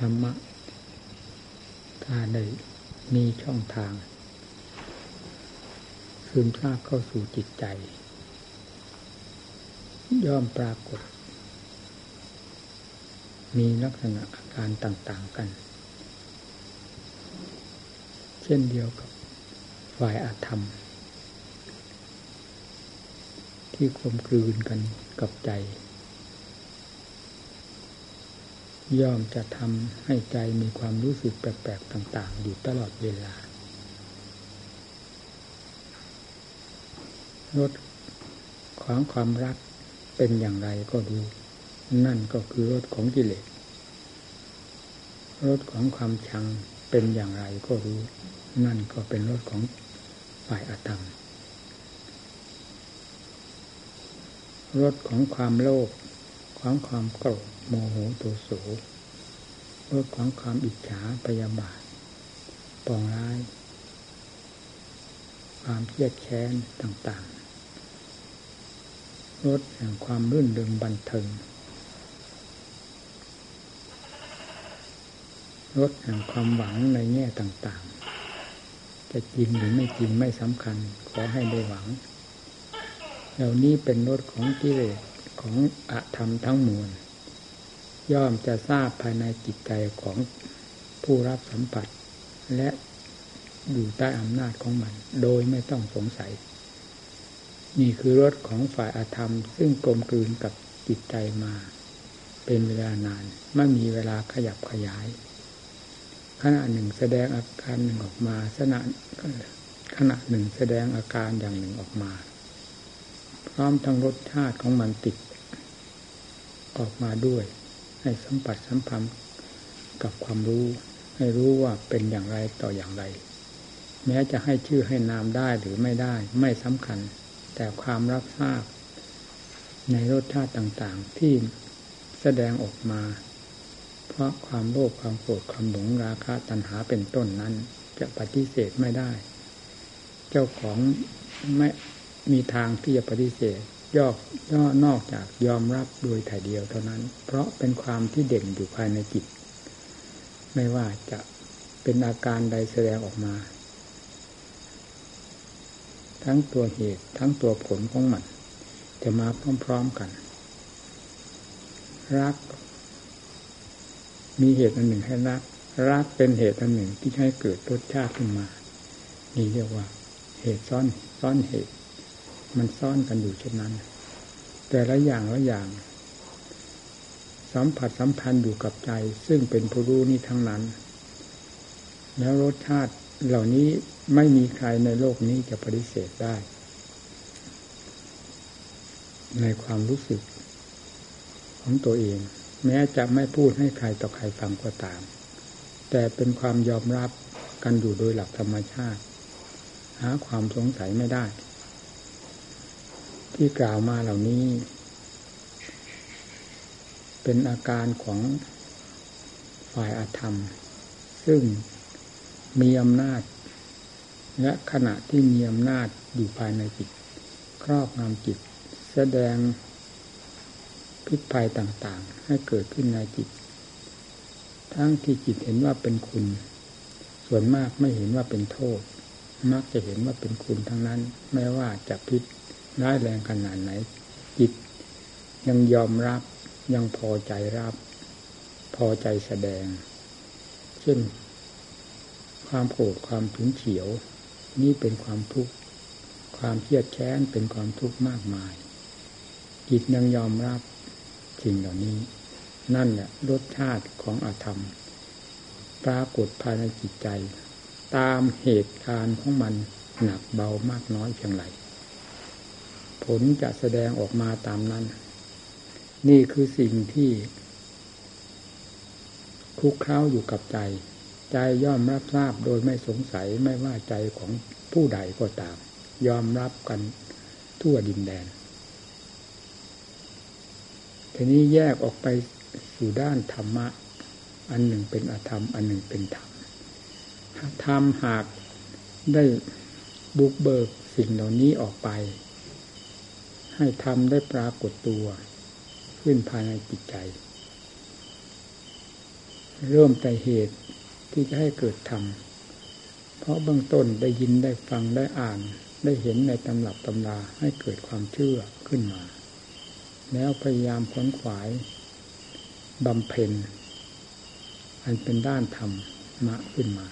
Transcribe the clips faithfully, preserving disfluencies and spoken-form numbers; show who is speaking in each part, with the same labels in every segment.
Speaker 1: ธรรมะถ้าได้มีช่องทางซึมซาบเข้าสู่จิตใจย่อมปรากฏมีลักษณะอาการต่างๆกันเช่นเดียวกับฝ่ายอาธรรมที่กลมกลืนกันกับใจย่อมจะทำให้ใจมีความรู้สึกแปลกๆต่างๆอยู่ตลอดเวลารสของความรักเป็นอย่างไรก็รู้นั่นก็คือรสของกิเลสรสของความชังเป็นอย่างไรก็รู้นั่นก็เป็นรสของฝ่ายอธรรมรสของความโลภของความโกรธโมโหโทโสรสของความอิจฉาพยาบาทปองร้ายความเครียดแค้นต่างๆรสแห่งความรื่นเริงบันเทิงรสแห่งความหวังในแง่ต่างๆจะจริงหรือไม่จริงไม่สำคัญขอให้ได้หวังเหล่านี้เป็นรสของกิเลสของอธรรมทั้งมวลย่อมจะทราบภายในจิตใจของผู้รับสัมผัสและอยู่ใต้อำนาจของมันโดยไม่ต้องสงสัยนี่คือรสของฝ่ายอธรรมซึ่งกลมกลืนกับจิตใจมาเป็นเวลานานไม่มีเวลาขยับขยายขณะหนึ่งแสดงอาการหนึ่งออกมาขณะขณะหนึ่งแสดงอาการอย่างหนึ่งออกมาพร้อมทั้งรสชาติของมันติดออกมาด้วยให้สัมผัสสัมพันธ์กับความรู้ให้รู้ว่าเป็นอย่างไรต่ออย่างไรแม้จะให้ชื่อให้นามได้หรือไม่ได้ไม่สำคัญแต่ความรับทราบในรสชาติต่างๆที่แสดงออกมาเพราะความโลภความโกรธความหลงราคะตัณหาเป็นต้นนั้นจะปฏิเสธไม่ได้เจ้าของไม่มีทางที่จะปฏิเสธย่อย่อนอกจากยอมรับโดยถ่ายเดียวเท่านั้นเพราะเป็นความที่เด่นอยู่ภายในจิตไม่ว่าจะเป็นอาการใดแสดงออกมาทั้งตัวเหตุทั้งตัวผลของมันจะมาพร้อมๆกันรักมีเหตุอันหนึ่งให้รักรักเป็นเหตุอันหนึ่งที่ให้เกิดรสชาติขึ้นมานี่เรียกว่าเหตุซ้อนซ้อนเหตุมันซ่อนกันอยู่เช่นนั้นแต่ละอย่างละอย่างสัมผัสสัมพันธ์อยู่กับใจซึ่งเป็นผู้รู้นี้ทั้งนั้นแล้วรสชาติเหล่านี้ไม่มีใครในโลกนี้จะปฏิเสธได้ในความรู้สึกของตัวเองแม้จะไม่พูดให้ใครต่อใครฟังก็ตามแต่เป็นความยอมรับกันอยู่โดยหลักธรรมชาติหาความสงสัยไม่ได้ที่กล่าวมาเหล่านี้เป็นอาการของฝ่ายอธรรมซึ่งมีอำนาจและขณะที่มีอำนาจอยู่ภายในจิตครอบงำจิตแสดงพิษภัยต่างๆให้เกิดขึ้นในจิตทั้งที่จิตเห็นว่าเป็นคุณส่วนมากไม่เห็นว่าเป็นโทษมักจะเห็นว่าเป็นคุณทั้งนั้นไม่ว่าจะพิษร้ายแรงขนาดไหนจิตยังยอมรับยังพอใจรับพอใจแสดงเช่นความโกรธความฉุนเฉียวนี่เป็นความทุกข์ความเครียดแค้นเป็นความทุกข์มากมายจิตยังยอมรับสิ่งเหล่านี้นั่นแหละรสชาติของอธรรมปรากฏภายในจิตใจตามเหตุการณ์ของมันหนักเบามากน้อยเพียงไรผลจะแสดงออกมาตามนั้นนี่คือสิ่งที่คลุกเคล้าอยู่กับใจใจย่อมรับทราบโดยไม่สงสัยไม่ว่าใจของผู้ใดก็ตามยอมรับกันทั่วดินแดนทีนี้แยกออกไปสู่ด้านธรรมะอันหนึ่งเป็นอธรรมอันหนึ่งเป็นธรรมธรรมหากได้บุกเบิกสิ่งเหล่านี้ออกไปให้ธรรมได้ปรากฏตัวขึ้นภายในจิตใจเริ่มแต่เหตุที่จะให้เกิดธรรมเพราะเบื้องต้นได้ยินได้ฟังได้อ่านได้เห็นในตำรับตำราให้เกิดความเชื่อขึ้นมาแล้วพยายามขวนขวายบำเพ็ญอันเป็นด้านธรรมะขึ้นมา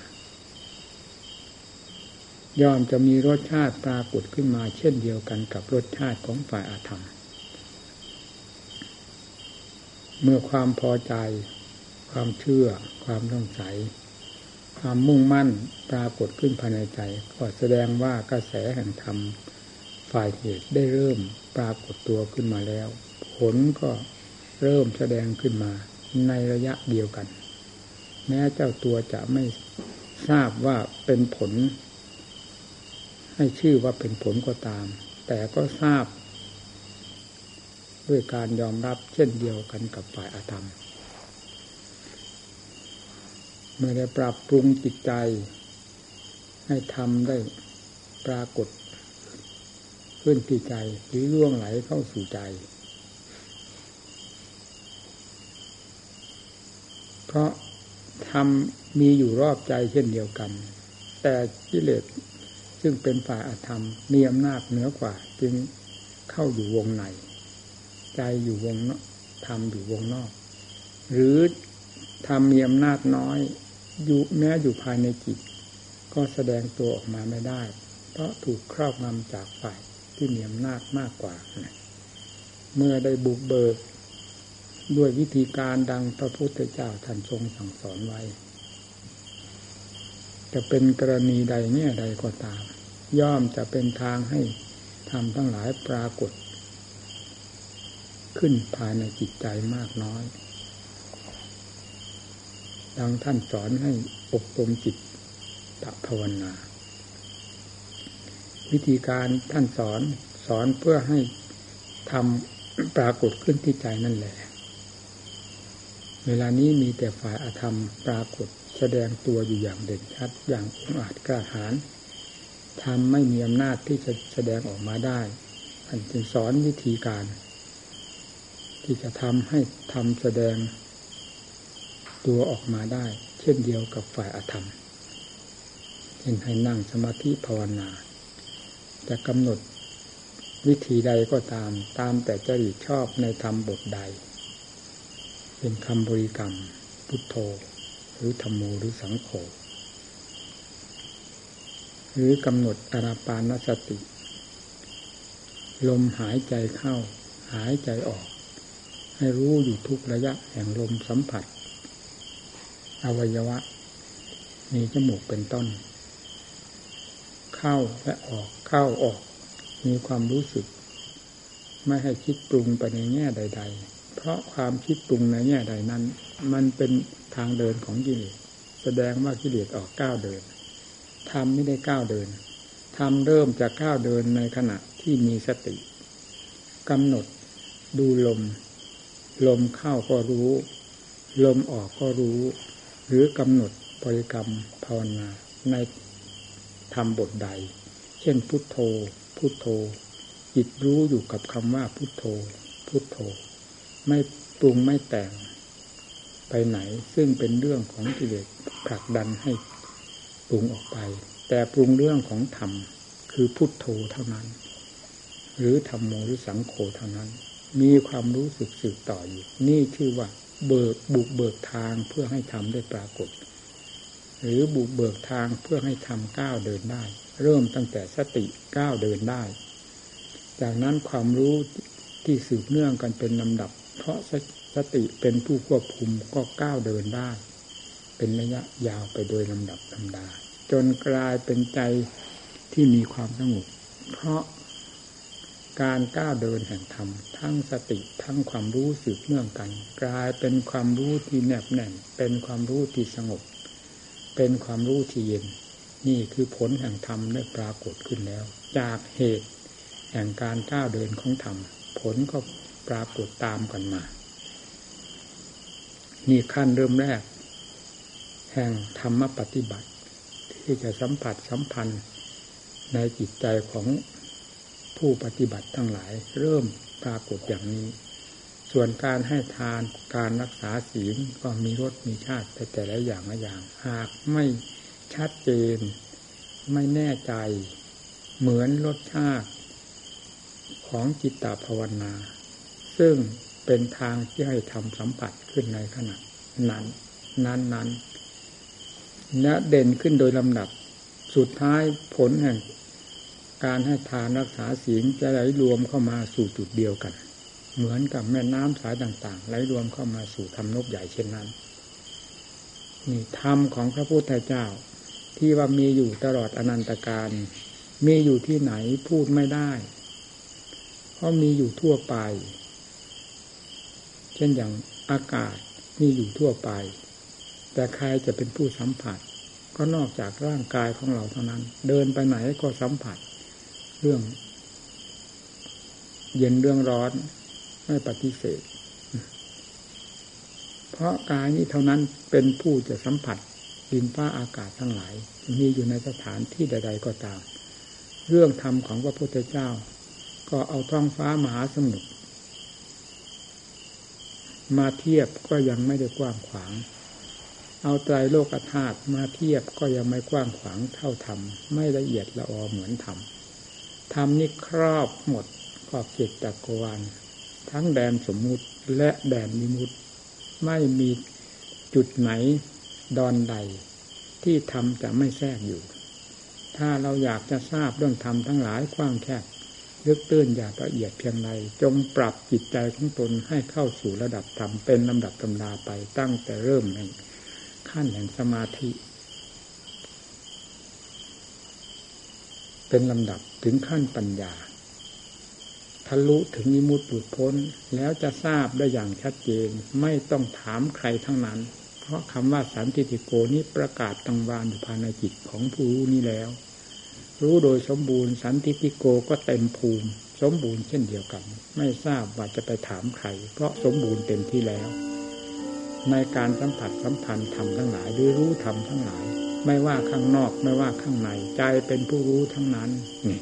Speaker 1: ย่อมจะมีรสชาติปรากฏขึ้นมาเช่นเดียวกันกับรสชาติของฝ่ายอาธรรมเมื่อความพอใจความเชื่อความสงสัยความมุ่งมั่นปรากฏขึ้นภายในใจก็แสดงว่ากระแสแห่งธรรมฝ่ายเหตุได้เริ่มปรากฏตัวขึ้นมาแล้วผลก็เริ่มแสดงขึ้นมาในระยะเดียวกันแม้เจ้าตัวจะไม่ทราบว่าเป็นผลให้ชื่อว่าเป็นผลก็ตามแต่ก็ทราบด้วยการยอมรับเช่นเดียวกันกับฝ่ายอาธรรมเมื่อได้ปรับปรุงจิตใจให้ทำได้ปรากฏขึ้นที่ใจหรือล่วงไหลเข้าสู่ใจเพราะธรรมมีอยู่รอบใจเช่นเดียวกันแต่กิเลสซึ่งเป็นฝ่ายอาธรรมมีอำนาจเหนือกว่าจึงเข้าอยู่วงในใจอยู่วงนอกธรรมอยู่วงนอกหรือธรรมมีอำนาจน้อยอยู่แม้อยู่ภายในจิตก็แสดงตัวออกมาไม่ได้เพราะถูกครอบงำจากฝ่ายที่มีอำนาจมากกว่าเมื่อได้บุกเบิกด้วยวิธีการดังพระพุทธเจ้าท่านทรงสั่งสอนไว้จะเป็นกรณีใดแง่ใดก็ตามย่อมจะเป็นทางให้ธรรมทั้งหลายปรากฏขึ้นภายในจิตใจมากน้อยดังท่านสอนให้อบรมจิตตภาวนาวิธีการท่านสอนสอนเพื่อให้ทำปรากฏขึ้นที่ใจนั่นแหละเวลานี้มีแต่ฝ่ายอธรรมปรากฏแสดงตัวอยู่อย่างเด่นชัดอย่างองอาจกล้าหาญธรรมไม่มีอำนาจที่จะแสดงออกมาได้ท่านจึงสอนวิธีการที่จะทำให้ธรรมแสดงตัวออกมาได้เช่นเดียวกับฝ่ายอธรรมเช่นให้นั่งสมาธิภาวนาจะกำหนดวิธีใดก็ตามตามแต่จริตชอบในธรรมบทใดเป็นคำบริกรรมพุทโธหรือธัมโมหรือสังโฆหรือกำหนดอานาปานสติลมหายใจเข้าหายใจออกให้รู้อยู่ทุกระยะแห่งลมสัมผัสอวัยวะมีจมูกเป็นต้นเข้าและออกเข้าออกมีความรู้สึกไม่ให้คิดปรุงไปในแง่ใดๆเพราะความคิดปรุงในแง่ใดนั้นมันเป็นทางเดินของกิเลสแสดงว่ากิเลสออกก้าวเดินธรรมไม่ได้ก้าวเดินธรรมเริ่มจากก้าวเดินในขณะที่มีสติกำหนดดูลมลมเข้าก็รู้ลมออกก็รู้หรือกำหนดบริกรรมภาวนาในธรรมบทใดเช่นพุทโธพุทโธจิตรู้อยู่กับคำว่าพุทโธพุทโธไม่ปรุงไม่แต่งไปไหนซึ่งเป็นเรื่องของกิเลสผลักดันให้ปรุงออกไปแต่ปรุงเรื่องของธรรมคือพุทโธเท่านั้นหรือธัมโมหรือสังโฆเท่านั้นมีความรู้สึกสืบต่ออยู่นี่ชื่อว่าเบิกบุกเบิกทางเพื่อให้ธรรมได้ปรากฏหรือบุกเบิกทางเพื่อให้ธรรมก้าวเดินได้เริ่มตั้งแต่สติก้าวเดินได้จากนั้นความรู้ที่สืบเนื่องกันเป็นลำดับเพราะสติเป็นผู้ควบคุมก็ก้าวเดินได้เป็นระยะยาวไปโดยลำดับลำดาจนกลายเป็นใจที่มีความสงบเพราะการก้าวเดินแห่งธรรมทั้งสติทั้งความรู้สืบเนื่องกันกลายเป็นความรู้ที่แนบแน่นเป็นความรู้ที่สงบเป็นความรู้ที่เย็นนี่คือผลแห่งธรรมได้ปรากฏขึ้นแล้วจากเหตุแห่งการก้าวเดินของธรรมผลก็ปรากฏตามกันมานี่ขั้นเริ่มแรกแห่งธรรมปฏิบัติที่จะสัมผัสสัมพันธ์ในจิตใจของผู้ปฏิบัติทั้งหลายเริ่มปรากฏอย่างนี้ส่วนการให้ทานการรักษาศีลก็มีรสมีชาติแต่แต่ละอย่างละอย่างหากไม่ชัดเจนไม่แน่ใจเหมือนรสชาติของจิตตภาวนาซึ่งเป็นทางที่ให้ทำสัมผัสขึ้นในขณะนั้นนั้นนั้นและเด่นขึ้นโดยลำดับสุดท้ายผลแห่งการให้ทานรักษาศีลจะไหลรวมเข้ามาสู่จุดเดียวกันเหมือนกับแม่น้ำสายต่างๆไหลรวมเข้ามาสู่ธรรมนบใหญ่เช่นนั้นนี่ธรรมของพระพุทธเจ้าที่ว่ามีอยู่ตลอดอนันตกาลมีอยู่ที่ไหนพูดไม่ได้เพราะมีอยู่ทั่วไปเช่นอย่างอากาศมีอยู่ทั่วไปแต่ใครจะเป็นผู้สัมผัสก็นอกจากร่างกายของเราเท่านั้นเดินไปไหนก็สัมผัสเรื่องเย็นเรื่องร้อนไม่ปฏิเสธเพราะกายนี้เท่านั้นเป็นผู้จะสัมผัสดินฟ้าอากาศทั้งหลายมีอยู่ในสถานที่ใดๆก็ตามเรื่องธรรมของพระพุทธเจ้าก็เอาท้องฟ้ามหาสมุทรมาเทียบก็ยังไม่ได้กว้างขวางเอาไตรโลกธาตุมาเทียบก็ยังไม่กว้างขวางเท่าธรรมไม่ละเอียดละออเหมือนธรรมธรรมนี้ครอบหมดขอบเขตจักรวาลทั้งแดนสมมุติและแดนวิมุตติไม่มีจุดไหนดอนใดที่ธรรมจะไม่แทรกอยู่ถ้าเราอยากจะทราบเรื่องธรรมทั้งหลายกว้างแคบลึกตื้นอย่างละเอียดเพียงใดจงปรับจิตใจของตนให้เข้าสู่ระดับธรรมเป็นลำดับตำราไปตั้งแต่เริ่มแห่งขั้นแห่งสมาธิเป็นลำดับถึงขั้นปัญญาทะลุถึงนิมุตติหลุดพ้นแล้วจะทราบได้อย่างชัดเจนไม่ต้องถามใครทั้งนั้นเพราะคำว่าสันติติโกนี้ประกาศตังวานอยู่ภายในจิตของผู้รู้นี้แล้วรู้โดยสมบูรณ์สันติติโกก็เต็มภูมิสมบูรณ์เช่นเดียวกันไม่ทราบว่าจะไปถามใครเพราะสมบูรณ์เต็มที่แล้วในการสัมผัสสัมพันธ์ธรรมทั้งหลายหรือรู้ธรรมทั้งหลายไม่ว่าข้างนอกไม่ว่าข้างในใจเป็นผู้รู้ทั้งนั้นนี่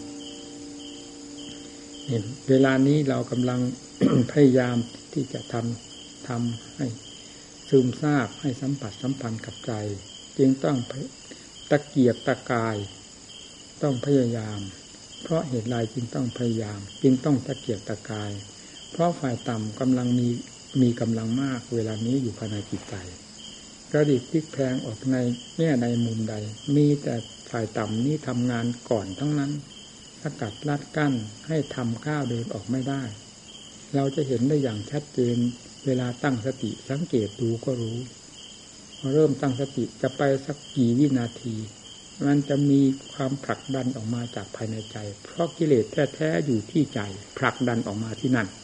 Speaker 1: เวลานี้เรากำลัง พยายามที่จะทำทำให้ซึมซาบให้สัมผัสสัมพันธ์กับใจจึงต้องตะเกียกตะกายต้องพยายามเพราะเหตุไรจึงต้องพยายามจึงต้องตะเกียกตะกายเพราะฝ่ายต่ำกำลังมีมีกำลังมากเวลานี้อยู่ภายในจิตใจกระดิกพลิกแพลงออกในแง่ใดมุมใดมีแต่ฝ่ายต่ำนี้ทำงานก่อนทั้งนั้นสกัดลัดกั้นให้ทำก้าวเดินออกไม่ได้เราจะเห็นได้อย่างชัดเจนเวลาตั้งสติสังเกตดูก็รู้พอเริ่มตั้งสติจะไปสักกี่วินาทีมันจะมีความผลักดันออกมาจากภายในใจเพราะกิเลสแท้ๆอยู่ที่ใจผลักดันออกมาที่นั่น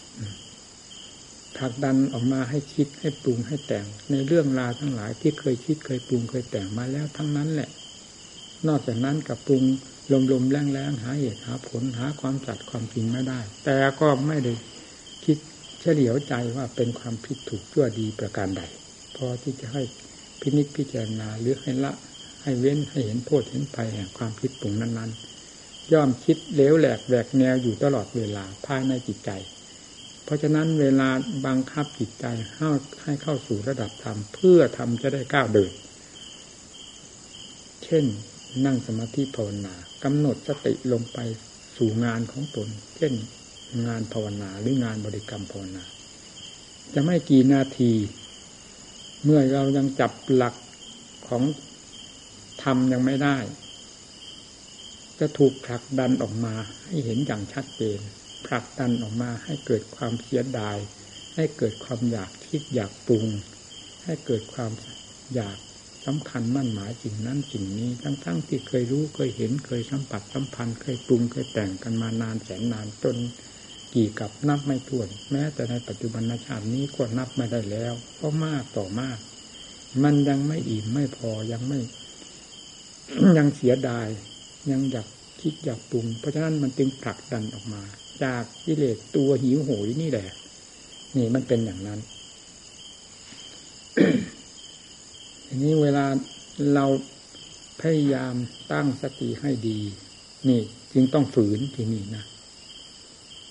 Speaker 1: ผลักดันออกมาให้คิดให้ปรุงให้แต่งในเรื่องราวทั้งหลายที่เคยคิดเคยปรุงเคยแต่งมาแล้วทั้งนั้นแหละนอกจากนั้นกับปรุงลมๆแรงๆหาเหตุหาผลหาความจัดความจริงไม่ได้แต่ก็ไม่ได้คิดเฉลียวใจว่าเป็นความผิดถูกชั่วดีประการใดพอที่จะให้พินิจพิจารณาหรือให้ละให้เว้นให้เห็นโทษเห็นภัยแห่งความคิดปรุงนั้นๆย่อมคิดเหลวแหลกแหวกแนวอยู่ตลอดเวลาภายในจิตใจเพราะฉะนั้นเวลาบังคับจิตใจให้เข้าสู่ระดับธรรมเพื่อธรรมจะได้ก้าวเดินเช่นนั่งสมาธิภาวนากำหนดสติลงไปสู่งานของตนเช่นงานภาวนาหรืองานบริกรรมภาวนาจะไม่กี่นาทีเมื่อเรายังจับหลักของธรรมยังไม่ได้จะถูกผลักดันออกมาให้เห็นอย่างชัดเจนผลักดันออกมาให้เกิดความเสียดายให้เกิดความอยากคิดอยากปรุงให้เกิดความอยากสำคัญมั่นหมายสิ่งนั้นสิ่งนี้ทั้งๆที่เคยรู้เคยเห็นเคยสัมผัสสัมพันธ์เคยปรุงเคยแต่งกันมานานแสนนานจนกี่กับนับไม่ถ้วนแม้แต่ในปัจจุบันชาตินี้ก็นับไม่ได้แล้วเพราะมากต่อมากมันยังไม่อิ่มไม่พอยังไม่ ยังเสียดายยังอยากคิดอยากปรุงเพราะฉะนั้นมันจึงผลักดันออกมาจากกิเลสตัวหิวโหยนี่แหละนี่มันเป็นอย่างนั้น ทีนี้เวลาเราพยายามตั้งสติให้ดีนี่จึงต้องฝืนที่นี่นะ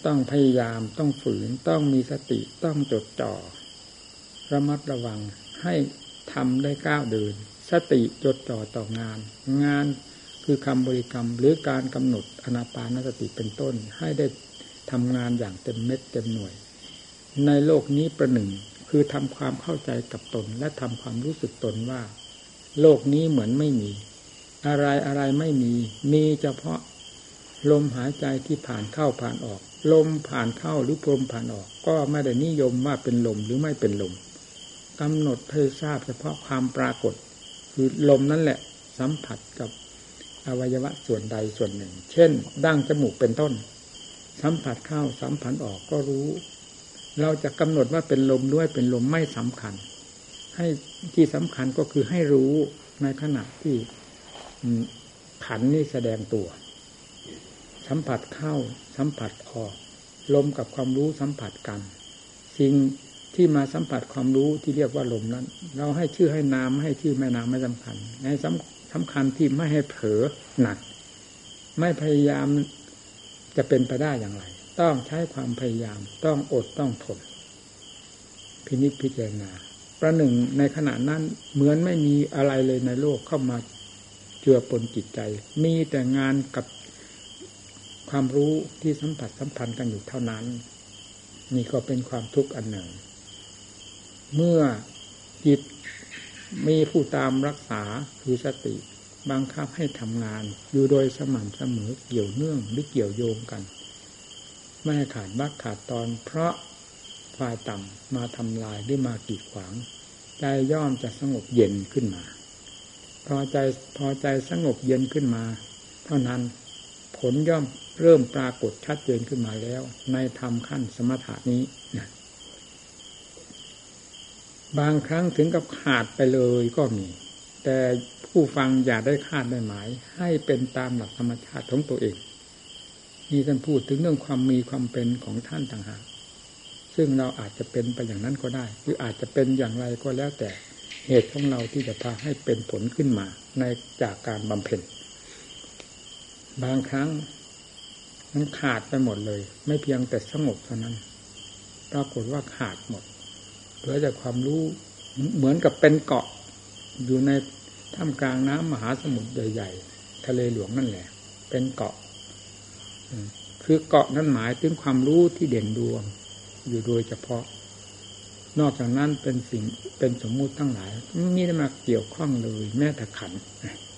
Speaker 1: ต้องพยายามต้องฝืนต้องมีสติต้องจดจ่อระมัดระวังให้ทำได้ก้าวเดินสติจดจ่อต่องานงานคือคำบริกรรมหรือการกำหนดอานาปานสติเป็นต้นให้ได้ทำงานอย่างเต็มเม็ดเต็มหน่วยในโลกนี้ประหนึ่งคือทำความเข้าใจกับตนและทำความรู้สึกตนว่าโลกนี้เหมือนไม่มีอะไรอะไรไม่มีมีเฉพาะลมหายใจที่ผ่านเข้าผ่านออกลมผ่านเข้าหรือลมผ่านออกก็ไม่ได้นิยมว่าเป็นลมหรือไม่เป็นลมกำหนดเพื่อทราบเฉพาะความปรากฏคือลมนั่นแหละสัมผัสกับอวัยวะส่วนใดส่วนหนึ่งเช่นดั้งจมูกเป็นต้นสัมผัสเข้าสัมผัสออกก็รู้เราจะกำหนดว่าเป็นลมด้วยเป็นลมไม่สำคัญให้ที่สำคัญก็คือให้รู้ในขณะที่ขันนี้แสดงตัวสัมผัสเข้าสัมผัสออกลมกับความรู้สัมผัสกันสิ่งที่มาสัมผัสความรู้ที่เรียกว่าลมนั้นเราให้ชื่อให้นามให้ชื่อแม่นามไม่สำคัญในสำสำคัญที่ไม่ให้เผลอหนักไม่พยายามจะเป็นไปได้อย่างไรต้องใช้ความพยายามต้องอดต้องทนพินิจพิจารณาประหนึ่งในขณะนั้นเหมือนไม่มีอะไรเลยในโลกเข้ามาเจือปนจิตใจมีแต่งานกับความรู้ที่สัมผัสสัมพันธ์กันอยู่เท่านั้นนี่ก็เป็นความทุกข์อันหนึ่งเมื่อจิตมีผู้ตามรักษาคือสติบังคับให้ทำงานอยู่โดยสม่ำเสมอเกี่ยวเนื่องหรือเกี่ยวโยงกันไม่ให้ขาดวรรคขาดตอนเพราะฝ่ายต่ำมาทำลายหรือมากีดขวางใจย่อมจะสงบเย็นขึ้นมาพอใจพอใจสงบเย็นขึ้นมาเท่านั้นผลย่อมเริ่มปรากฏชัดเจนขึ้นมาแล้วในธรรมขั้นสมถะนี้นะบางครั้งถึงกับขาดไปเลยก็มีแต่ผู้ฟังอย่าได้คาดได้หมายให้เป็นตามหลักธรรมชาติของตัวเองนี่ท่านพูดถึงเรื่องความมีความเป็นของท่านต่างหากซึ่งเราอาจจะเป็นไปอย่างนั้นก็ได้หรืออาจจะเป็นอย่างไรก็แล้วแต่เหตุของเราที่จะพาให้เป็นผลขึ้นมาในจากการบำเพ็ญบางครั้งมันขาดไปหมดเลยไม่เพียงแต่สงบเท่านั้นปรากฏว่าขาดหมดเหลือแต่ความรู้เหมือนกับเป็นเกาะอยู่ในท่ามกลางน้ำมหาสมุทรใหญ่ๆทะเลหลวงนั่นแหละเป็นเกาะคือเกาะนั้นหมายถึงความรู้ที่เด่นดวงอยู่โดยเฉพาะนอกจากนั้นเป็นสิ่งเป็นสมมุติทั้งหลายไม่ได้มาเกี่ยวข้องเลยแม้แต่ขันธ์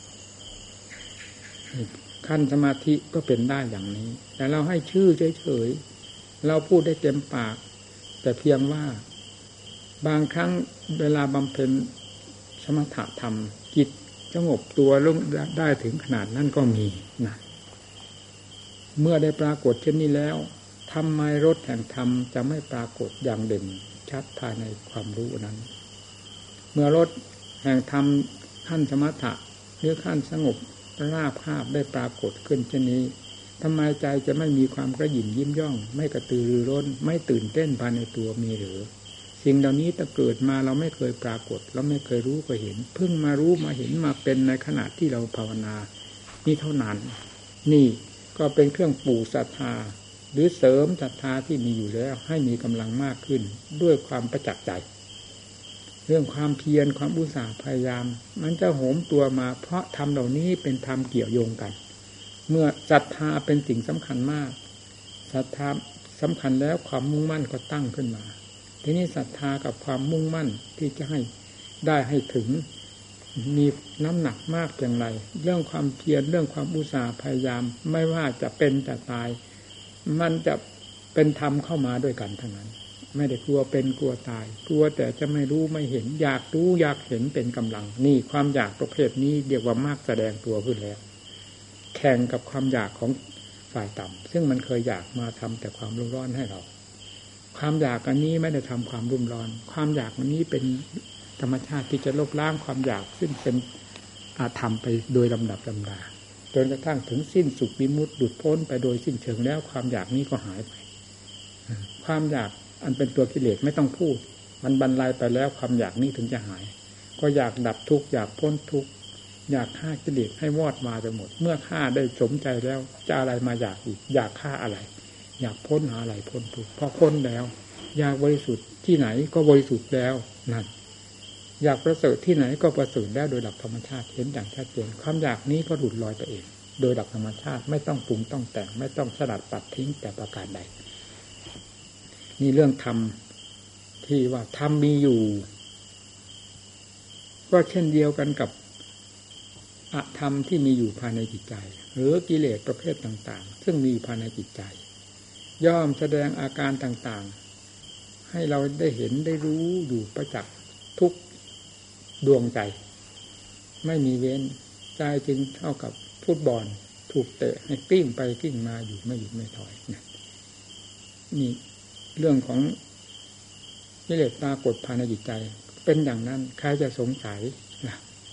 Speaker 1: ขั้นสมาธิก็เป็นได้อย่างนี้แต่เราให้ชื่อเฉยๆเราพูดได้เต็มปากแต่เพียงว่าบางครั้งเวลาบำเพ็ญสมถะธรรมจิตสงบตัวลงได้ถึงขนาดนั้นก็มีนะเมื่อได้ปรากฏเช่นนี้แล้วทำไมรสแห่งธรรมจะไม่ปรากฏอย่างเด่นชัดภายในความรู้นั้นเมื่อรสแห่งธรรมขั้นสมถะหรือขั้นสงบราบคาบได้ปรากฏขึ้นเช่นนี้ทำไมใจจะไม่มีความกระหยิ่มยิ้มย่องไม่กระตือรือร้นไม่ตื่นเต้นภายในตัวมีหรือสิ่งเหล่านี้ถ้าเกิดมาเราไม่เคยปรากฏเราไม่เคยรู้เคยเห็นเพิ่งมารู้มาเห็นมาเป็นในขณะที่เราภาวนานี่เท่านั้นนี่ก็เป็นเครื่องปลูกศรัทธาหรือเสริมศรัทธาที่มีอยู่แล้วให้มีกำลังมากขึ้นด้วยความประจักษ์ใจเรื่องความเพียรความอุตสาห์พยายามมันจะโหมตัวมาเพราะธรรมเหล่านี้เป็นธรรมเกี่ยวโยงกันเมื่อศรัทธาเป็นสิ่งสำคัญมากศรัทธาสำคัญแล้วความมุ่งมั่นก็ตั้งขึ้นมาทีนี้ศรัทธากับความมุ่งมั่นที่จะให้ได้ให้ถึงมีน้ำหนักมากเพียงไรเรื่องความเพียรเรื่องความอุตสาห์พยายามไม่ว่าจะเป็นจะตายมันจะเป็นธรรมเข้ามาด้วยกันทั้งนั้นไม่ได้กลัวเป็นกลัวตายกลัวแต่จะไม่รู้ไม่เห็นอยากรู้อยากเห็นเป็นกำลังนี่ความอยากประเภทนี้เรียกว่ามากแสดงตัวขึ้นแล้วแข่งกับความอยากของฝ่ายต่ำซึ่งมันเคยอยากมาทำแต่ความรุ่มร้อนให้เราความอยากอันนี้ไม่ได้ทำความรุ่มร้อนความอยากอันนี้เป็นธรรมชาติที่จะลบล้างความอยากซึ่งเป็นอาธรรมไปโดยลำดับลำดาจนกระทั่งถึงสิ้นสุขวิมุตติหลุดพ้นไปโดยสิ้นเชิงแล้วความอยากนี้ก็หายไปความอยากอันเป็นตัวกิเลสไม่ต้องพูดมันบรรลัยไปแล้วความอยากนี้ถึงจะหายก็อยากดับทุกข์อยากพ้นทุกข์อยากฆ่ากิเลสให้วอดมาไปหมดเมื่อฆ่าได้สมใจแล้วจะอะไรมาอยากอีกอยากฆ่าอะไรอยากพ้นหาอะไรพ้นทุกข์พอพ้นแล้วอยากบริสุทธิ์ที่ไหนก็บริสุทธิ์แล้วนั่นอยากประเสริฐที่ไหนก็ประเสริฐแล้วโดยหลักธรรมชาติเห็นอย่างชัดเจนความอยากนี้ก็หลุดลอยไปเองโดยหลักธรรมชาติไม่ต้องปรุงต้องแต่งไม่ต้องสลัดปัดทิ้งแต่ประการใดนี่เรื่องธรรมที่ว่าธรรมมีอยู่ก็เช่นเดียวกันกับอธรรมที่มีอยู่ภายในจิตใจหรือกิเลสประเภทต่างๆซึ่งมีภายในจิตใจย่อมแสดงอาการต่างๆให้เราได้เห็นได้รู้อยู่ประจักษ์ทุกดวงใจไม่มีเว้นใจจึงเท่ากับฟุตบอลถูกเตะให้กลิ้งไปกลิ้งมาอยู่ไม่หยุดไม่ถอยนี่เรื่องของกิเลสปรากฏภายในจิตใจเป็นอย่างนั้นใครจะสงสัยล่ะ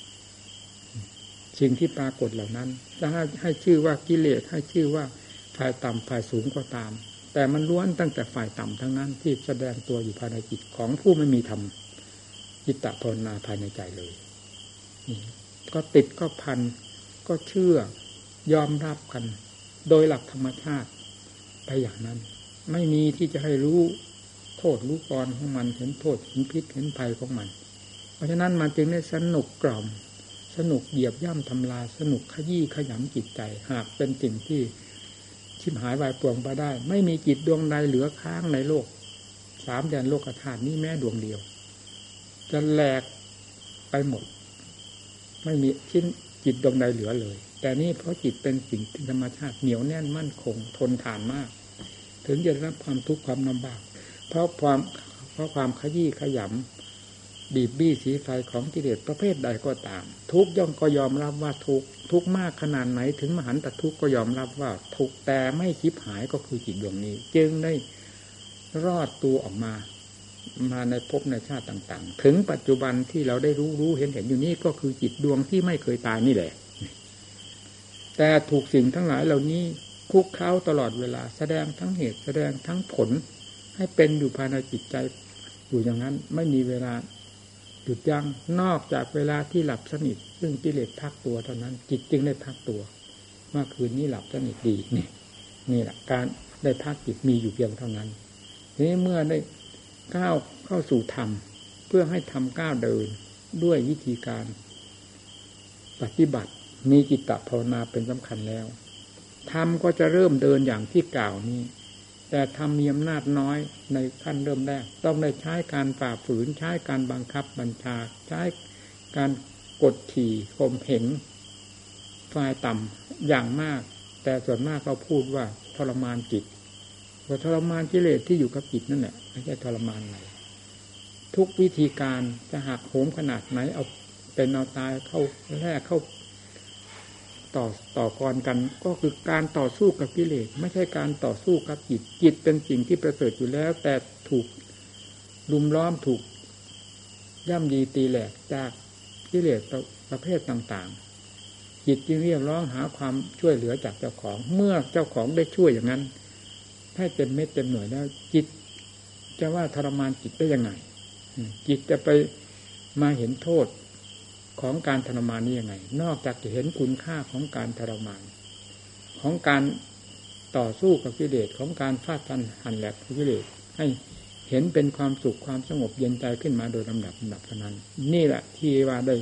Speaker 1: สิ่งที่ปรากฏเหล่านั้นจะให้ให้ชื่อว่ากิเลสให้ชื่อว่าฝ่ายต่ำฝ่ายสูงก็ตามแต่มันล้วนตั้งแต่ฝ่ายต่ำทั้งนั้นที่แสดงตัวอยู่ภายในจิตของผู้ไม่มีธรรมจิตตภาวนาภายในใจเลยก็ติดก็พันก็เชื่อยอมรับกันโดยหลักธรรมชาติไปอย่างนั้นไม่มีที่จะให้รู้โทษรู้กรของมันเห็นโทษเห็นพิษเห็นภัยของมันเพราะฉะนั้นมันจึงได้สนุกกล่อมสนุกเหยียบย่ำทำลายสนุกขยี้ขยำจิตใจหากเป็นสิ่งที่ชิบหายวายป่วงไปได้ไม่มีจิตดวงใดเหลือค้างในโลกสามแดนโลกธาตุนี้แม้ดวงเดียวจะแหลกไปหมดไม่มีชิ้นจิตดวงใดเหลือเลยแต่นี่เพราะจิตเป็นสิ่งธรรมชาติเหนียวแน่นมั่นคงทนทานมากถึงจะได้รับความทุกข์ความลำบากเพราะความเพราะความขยี้ขยำบีบบี้สีไฟของกิเลสประเภทใดก็ตามทุกย่อมก็ยอมรับว่าทุกทุกมากขนาดไหนถึงมหันตทุกข์ก็ยอมรับว่าทุกแต่ไม่คิดหายก็คือจิตดวงนี้จึงได้รอดตัวออกมามาในภพในชาติต่างๆถึงปัจจุบันที่เราได้รู้รู้เห็นเห็นอยู่นี้ก็คือจิตดวงที่ไม่เคยตายนี่แหละแต่ถูกสิ่งทั้งหลายเหล่านี้คุกเข้าตลอดเวลาแสดงทั้งเหตุแสดงทั้งผลให้เป็นอยู่ภายในจิตใจอยู่อย่างนั้นไม่มีเวลาหยุดยั้งนอกจากเวลาที่หลับสนิทซึ่งกิเลสพักตัวเท่านั้นจิตจึงได้พักตัวเมื่อคืนนี้หลับสนิทดีนี่นี่แหละการได้พักจิตมีอยู่เพียงเท่านั้นนี้เมื่อได้ก้าวเข้าสู่ธรรมเพื่อให้ธรรมก้าวเดินด้วยวิธีการปฏิบัติมีจิตตภาวนาเป็นสำคัญแล้วธรรมก็จะเริ่มเดินอย่างที่กล่าวนี้แต่ธรรมมีอำนาจน้อยในขั้นเริ่มแรกต้องได้ใช้การฝ่าฝืนใช้การบังคับบัญชาใช้การกดขี่ข่มเหงฝ่ายต่ำอย่างมากแต่ส่วนมากเขาพูดว่าทรมานจิตว่าทรมานกิเลสที่อยู่กับจิตนั่นแหละไม่ใช่ทรมานอะไรทุกวิธีการจะหักโหมขนาดไหนเอาเป็นเอาตายเข้าแรกเข้าต่อต่อกรกันก็คือการต่อสู้กับกิเลสไม่ใช่การต่อสู้กับจิตจิตเป็นสิ่งที่ประเสริฐอยู่แล้วแต่ถูกลุมล้อมถูกย่ำยีตีแหลกจากกิเลสประเภทต่างๆจิตจึงเรียกร้องหาความช่วยเหลือจากเจ้าของเมื่อเจ้าของได้ช่วยอย่างนั้นให้เต็มเม็ดเต็มหน่วยแล้วจิตจะว่าทรมานจิตได้ยังไงจิตจะไปมาเห็นโทษของการทรมานนี้ยังไงนอกจากจะเห็นคุณค่าของการทรมานของการต่อสู้กับกิเลสของการฟาดฟันหันแหลกกิเลสให้เห็นเป็นความสุขความสงบเย็นใจขึ้นมาโดยลำดับลำดับเท่านั้นนี่แหละที่ว่าได้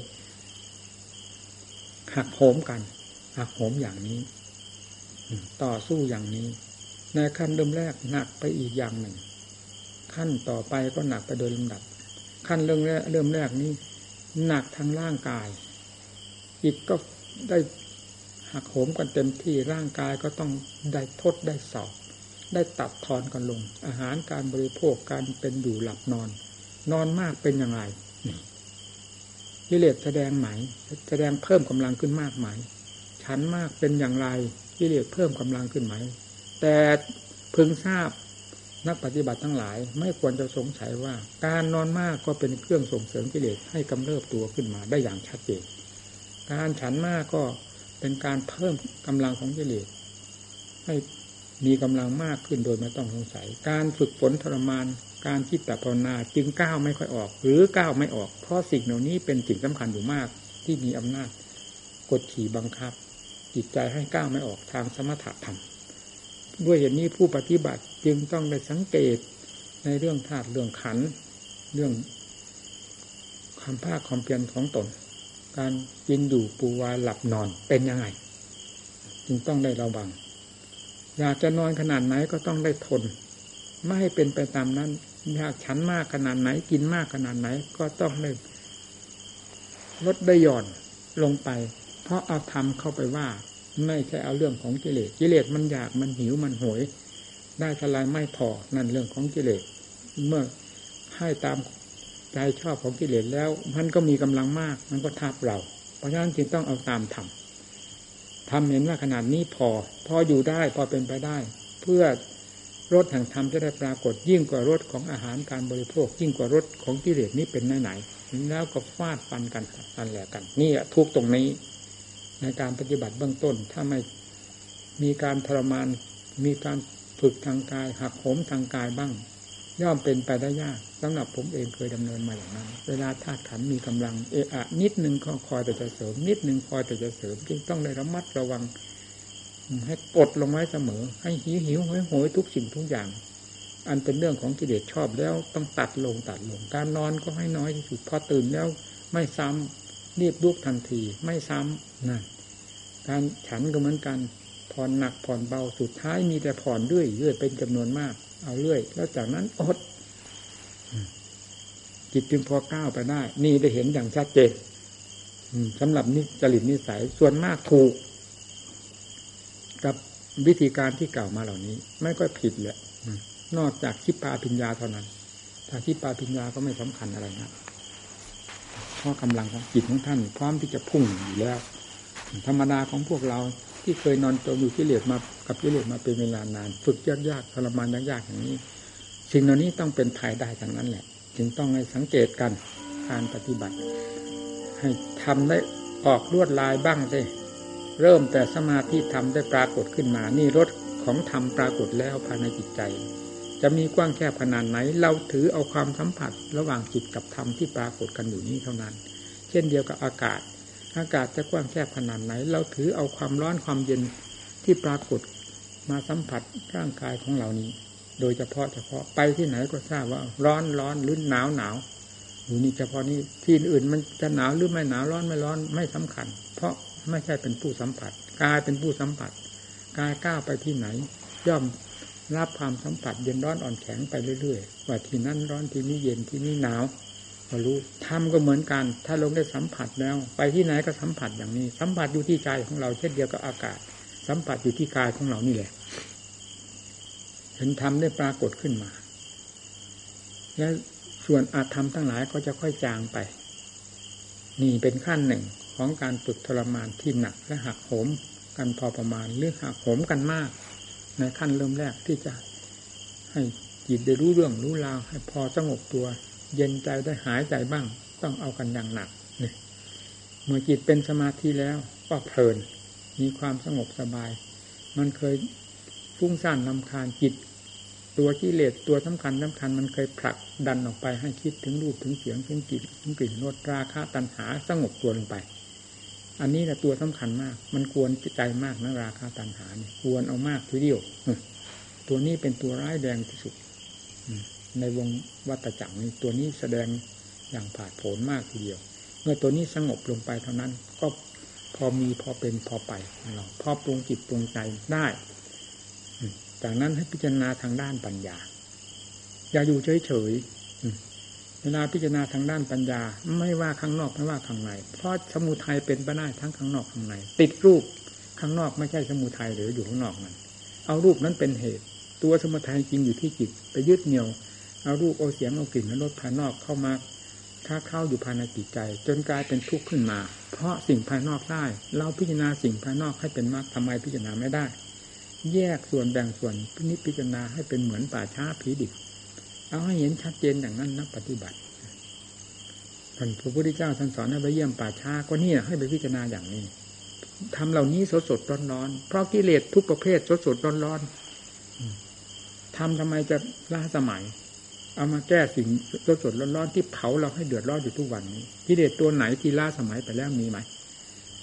Speaker 1: หักโหมกันหักโหมอย่างนี้ต่อสู้อย่างนี้ในขั้นเริ่มแรกหนักไปอีกอย่างหนึ่งขั้นต่อไปก็หนักไปโดยลำดับขั้นเริ่มแรกเริ่มแรกนี้หนักทางร่างกายจิตก็ได้หักโหมกันเต็มที่ร่างกายก็ต้องได้ทดได้สอบได้ตัดทอนกันลงอาหารการบริโภคการเป็นอยู่หลับนอนนอนมากเป็นอย่างไรกิเลสแสดงไหมแสดงเพิ่มกำลังขึ้นมากไหมฉันมากเป็นอย่างไรกิเลสเพิ่มกำลังขึ้นไหมแต่พึงทราบนักปฏิบัติทั้งหลายไม่ควรจะสงสัยว่าการนอนมากก็เป็นเครื่องส่งเสริมกิเลสให้กำเริบตัวขึ้นมาได้อย่างชัดเจนการฉันมากก็เป็นการเพิ่มกำลังของกิเลสให้มีกำลังมากขึ้นโดยไม่ต้องสงสัยการฝึกฝนทรมานการคิดแต่ภาวนาจึงก้าวไม่ค่อยออกหรือก้าวไม่ออกเพราะสิ่งเหล่านี้เป็นสิ่งสำคัญอยู่มากที่มีอำนาจกดขี่บังคับจิตใจให้ก้าวไม่ออกทางสมถะธรรมด้วยเหตุนี้ผู้ปฏิบัติจึงต้องได้สังเกตในเรื่องธาตุเรื่องขันธ์เรื่องความภาคความเพียรของตนการกินอยู่ปูวาหลับนอนเป็นยังไงจึงต้องได้ระวังอยากจะนอนขนาดไหนก็ต้องได้ทนไม่ให้เป็นไปตามนั้นอยากฉันมากขนาดไหนกินมากขนาดไหนก็ต้องได้ลดได้หย่อนลงไปเพราะเอาธรรมเข้าไปว่าไม่ใช่เอาเรื่องของกิเลสกิเลสมันอยากมันหิวมันโหยได้เท่าไรไม่พอนั่นเรื่องของกิเลสเมื่อให้ตามใจชอบของกิเลสแล้วมันก็มีกำลังมากมันก็ทับเราเพราะฉะนั้นจึงต้องเอาตามธรรมธรรมเห็นว่าขนาดนี้พอพออยู่ได้พอเป็นไปได้เพื่อรสแห่งธรรมจะได้ปรากฏยิ่งกว่ารสของอาหารการบริโภคยิ่งกว่ารสของกิเลสนี้เป็นไหนๆแล้วก็ฟาดฟันกันนั่นแหละกันนี่ทุกตรงนี้ในการปฏิบัติเบื้องต้นถ้าไม่มีการทรมานมีการฝึกทางกายหักโหมทางกายบ้างย่อมเป็นไปได้ยากสำหรับผมเองเคยดำเนินมาอย่างนั้นเวลาธาตุขันธ์มีกำลังเอะอะนิดนึงก็คอยแต่จะเสริมนิดนึงคอยแต่จะเสริมจึงต้องได้ระมัดระวังให้กดลงไว้เสมอให้หิวหิวโหยโหยทุกสิ่งทุกอย่างอันเป็นเรื่องของกิเลสชอบแล้วต้องตัดลงตัดลงการนอนก็ให้น้อยที่สุดพอตื่นแล้วไม่ซ้ำรีบลุกทันทีไม่ซ้ำนั่นการฉันก็เหมือนกันผ่อนหนักผ่อนเบาสุดท้ายมีแต่ผ่อนเรื่อยเรื่อยเป็นจำนวนมากเอาเรื่อยแล้วจากนั้นอดจิตจึงพอก้าวไปได้นี่ได้เห็นอย่างชัดเจนสำหรับนิจริตนิสัยส่วนมากถูกกับวิธีการที่กล่าวมาเหล่านี้ไม่ก็ผิดเลยนอกจากคิปปาปิญญาเท่านั้นถ้าคิปปาปิญญาก็ไม่สำคัญอะไรนะเพราะกำลังของจิตของท่านพร้อมที่จะพุ่งอยู่แล้วธรรมดาของพวกเราที่เคยนอนจมอยู่กิเลสมากับกิเลสมาเป็นเวลานานฝึกยากๆทรมานยากๆอย่างนี้สิ่งเหล่านี้ต้องเป็นภายได้ทั้งนั้นแหละจึงต้องให้สังเกตกันการปฏิบัติให้ทำได้ออกลวดลายบ้างสิเริ่มแต่สมาธิทำได้ปรากฏขึ้นมานี่รสของธรรมปรากฏแล้วภายในจิตใจจะมีกว้างแคบขนาดไหนเราถือเอาความสัมผัสระหว่างจิตกับธรรมที่ปรากฏกันอยู่นี้เท่านั้นเช่นเดียวกับอากาศอากาศจะกว้างแคบขนาดไหนเราถือเอาความร้อนความเย็นที่ปรากฏมาสัมผัสร่างกายของเรานี้โดยเฉพาะเฉพาะไปที่ไหนก็ทราบว่าร้อนร้อนหรือหนาวหนาวอยู่นี่เฉพาะนี้ที่อื่นมันจะหนาวหรือไม่หนาวร้อนไม่ร้อนไม่สำคัญเพราะไม่ใช่เป็นผู้สัมผัสกายเป็นผู้สัมผัสกายก้าวไปที่ไหนย่อมรับความสัมผัสเย็นร้อนอ่อนแข็งไปเรื่อยๆว่าที่นั่นร้อนที่นี่เย็นที่นี่หนาวก็รู้ธรรมก็เหมือนกันถ้าลงได้สัมผัสแล้วไปที่ไหนก็สัมผัสอย่างนี้สัมผัสอยู่ที่ใจของเราเช่นเดียวกับอากาศสัมผัสอยู่ที่กายของเรานี่แหละเห็นธรรมได้ปรากฏขึ้นมาและส่วนอาธรรมทั้งหลายก็จะค่อยจางไปนี่เป็นขั้นหนึ่งของการฝึกทรมานที่หนักและหักโหมกันพอประมาณหรือหักโหมกันมากในขั้นเริ่มแรกที่จะให้จิตได้รู้เรื่องรู้ราวให้พอสงบตัวเย็นใจได้หายใจบ้างต้องเอากันอย่างหนักนี่เมื่อจิตเป็นสมาธิแล้วก็เพลินมีความสงบสบายมันเคยฟุ้งซ่านรำคาญจิตตัวกิเลสตัวสำคัญสำคัญมันเคยผลักดันออกไปให้คิดถึงรูปถึงเสียงถึงกลิ่นถึงกลิ่นรสราคะตัณหาสงบตัวลงไปอันนี้แหละตัวสำคัญมากมันควรใจมากนะราคะตัณหาเนี่ยควรเอามากทีเดียวตัวนี้เป็นตัวร้ายแรงที่สุดในวงวัฏจักรนี้ตัวนี้แสดงอย่างผาดโผนมากทีเดียวเมื่อตัวนี้สงบลงไปเท่านั้นก็พอมีพอเป็นพอไปเราพอปรุงจิตปรุงใจได้จากนั้นให้พิจารณาทางด้านปัญญาอย่าอยู่เฉยๆเวลาพิจารณาทางด้านปัญญาไม่ว่าข้างนอกไม่ว่าข้างในเพราะสมุทัยเป็นไปได้ทั้งข้างนอกข้างในติดรูปข้างนอกไม่ใช่สมุทัยหรืออยู่ข้างนอกนั้นเอารูปนั้นเป็นเหตุตัวสมุทัยจริงอยู่ที่จิตไปยึดเหนี่ยวเอารูปเอาเสียงเอากลิ่นเอารสภายนอกเข้ามาถ้าเข้าอยู่ภายในจิตใจจนกลายเป็นทุกข์ขึ้นมาเพราะสิ่งภายนอกได้เราพิจารณาสิ่งภายนอกให้เป็นมรรคทำไมพิจารณาไม่ได้แยกส่วนแบ่งส่วนพินิจพิจารณาให้เป็นเหมือนป่าช้าผีดิบเอาให้เห็นชัดเจนอย่างนั้นนักปฏิบัติท่านพระพุทธเจ้าท่านสอนให้ไปเยี่ยมป่าช้าก็เนี่ยให้ไปพิจารณาอย่างนี้ทำเหล่านี้สดสดร้อนร้อนเพราะกิเลสทุกประเภทสดสดร้อนร้อนทำทำไมจะล้าสมัยเอามาแก้สิ่งสดสดร้อนร้อนที่เผาเราให้เดือดร้อนอยู่ทุกวันนี้กิเลสตัวไหนที่ล้าสมัยไปแล้วมีไหม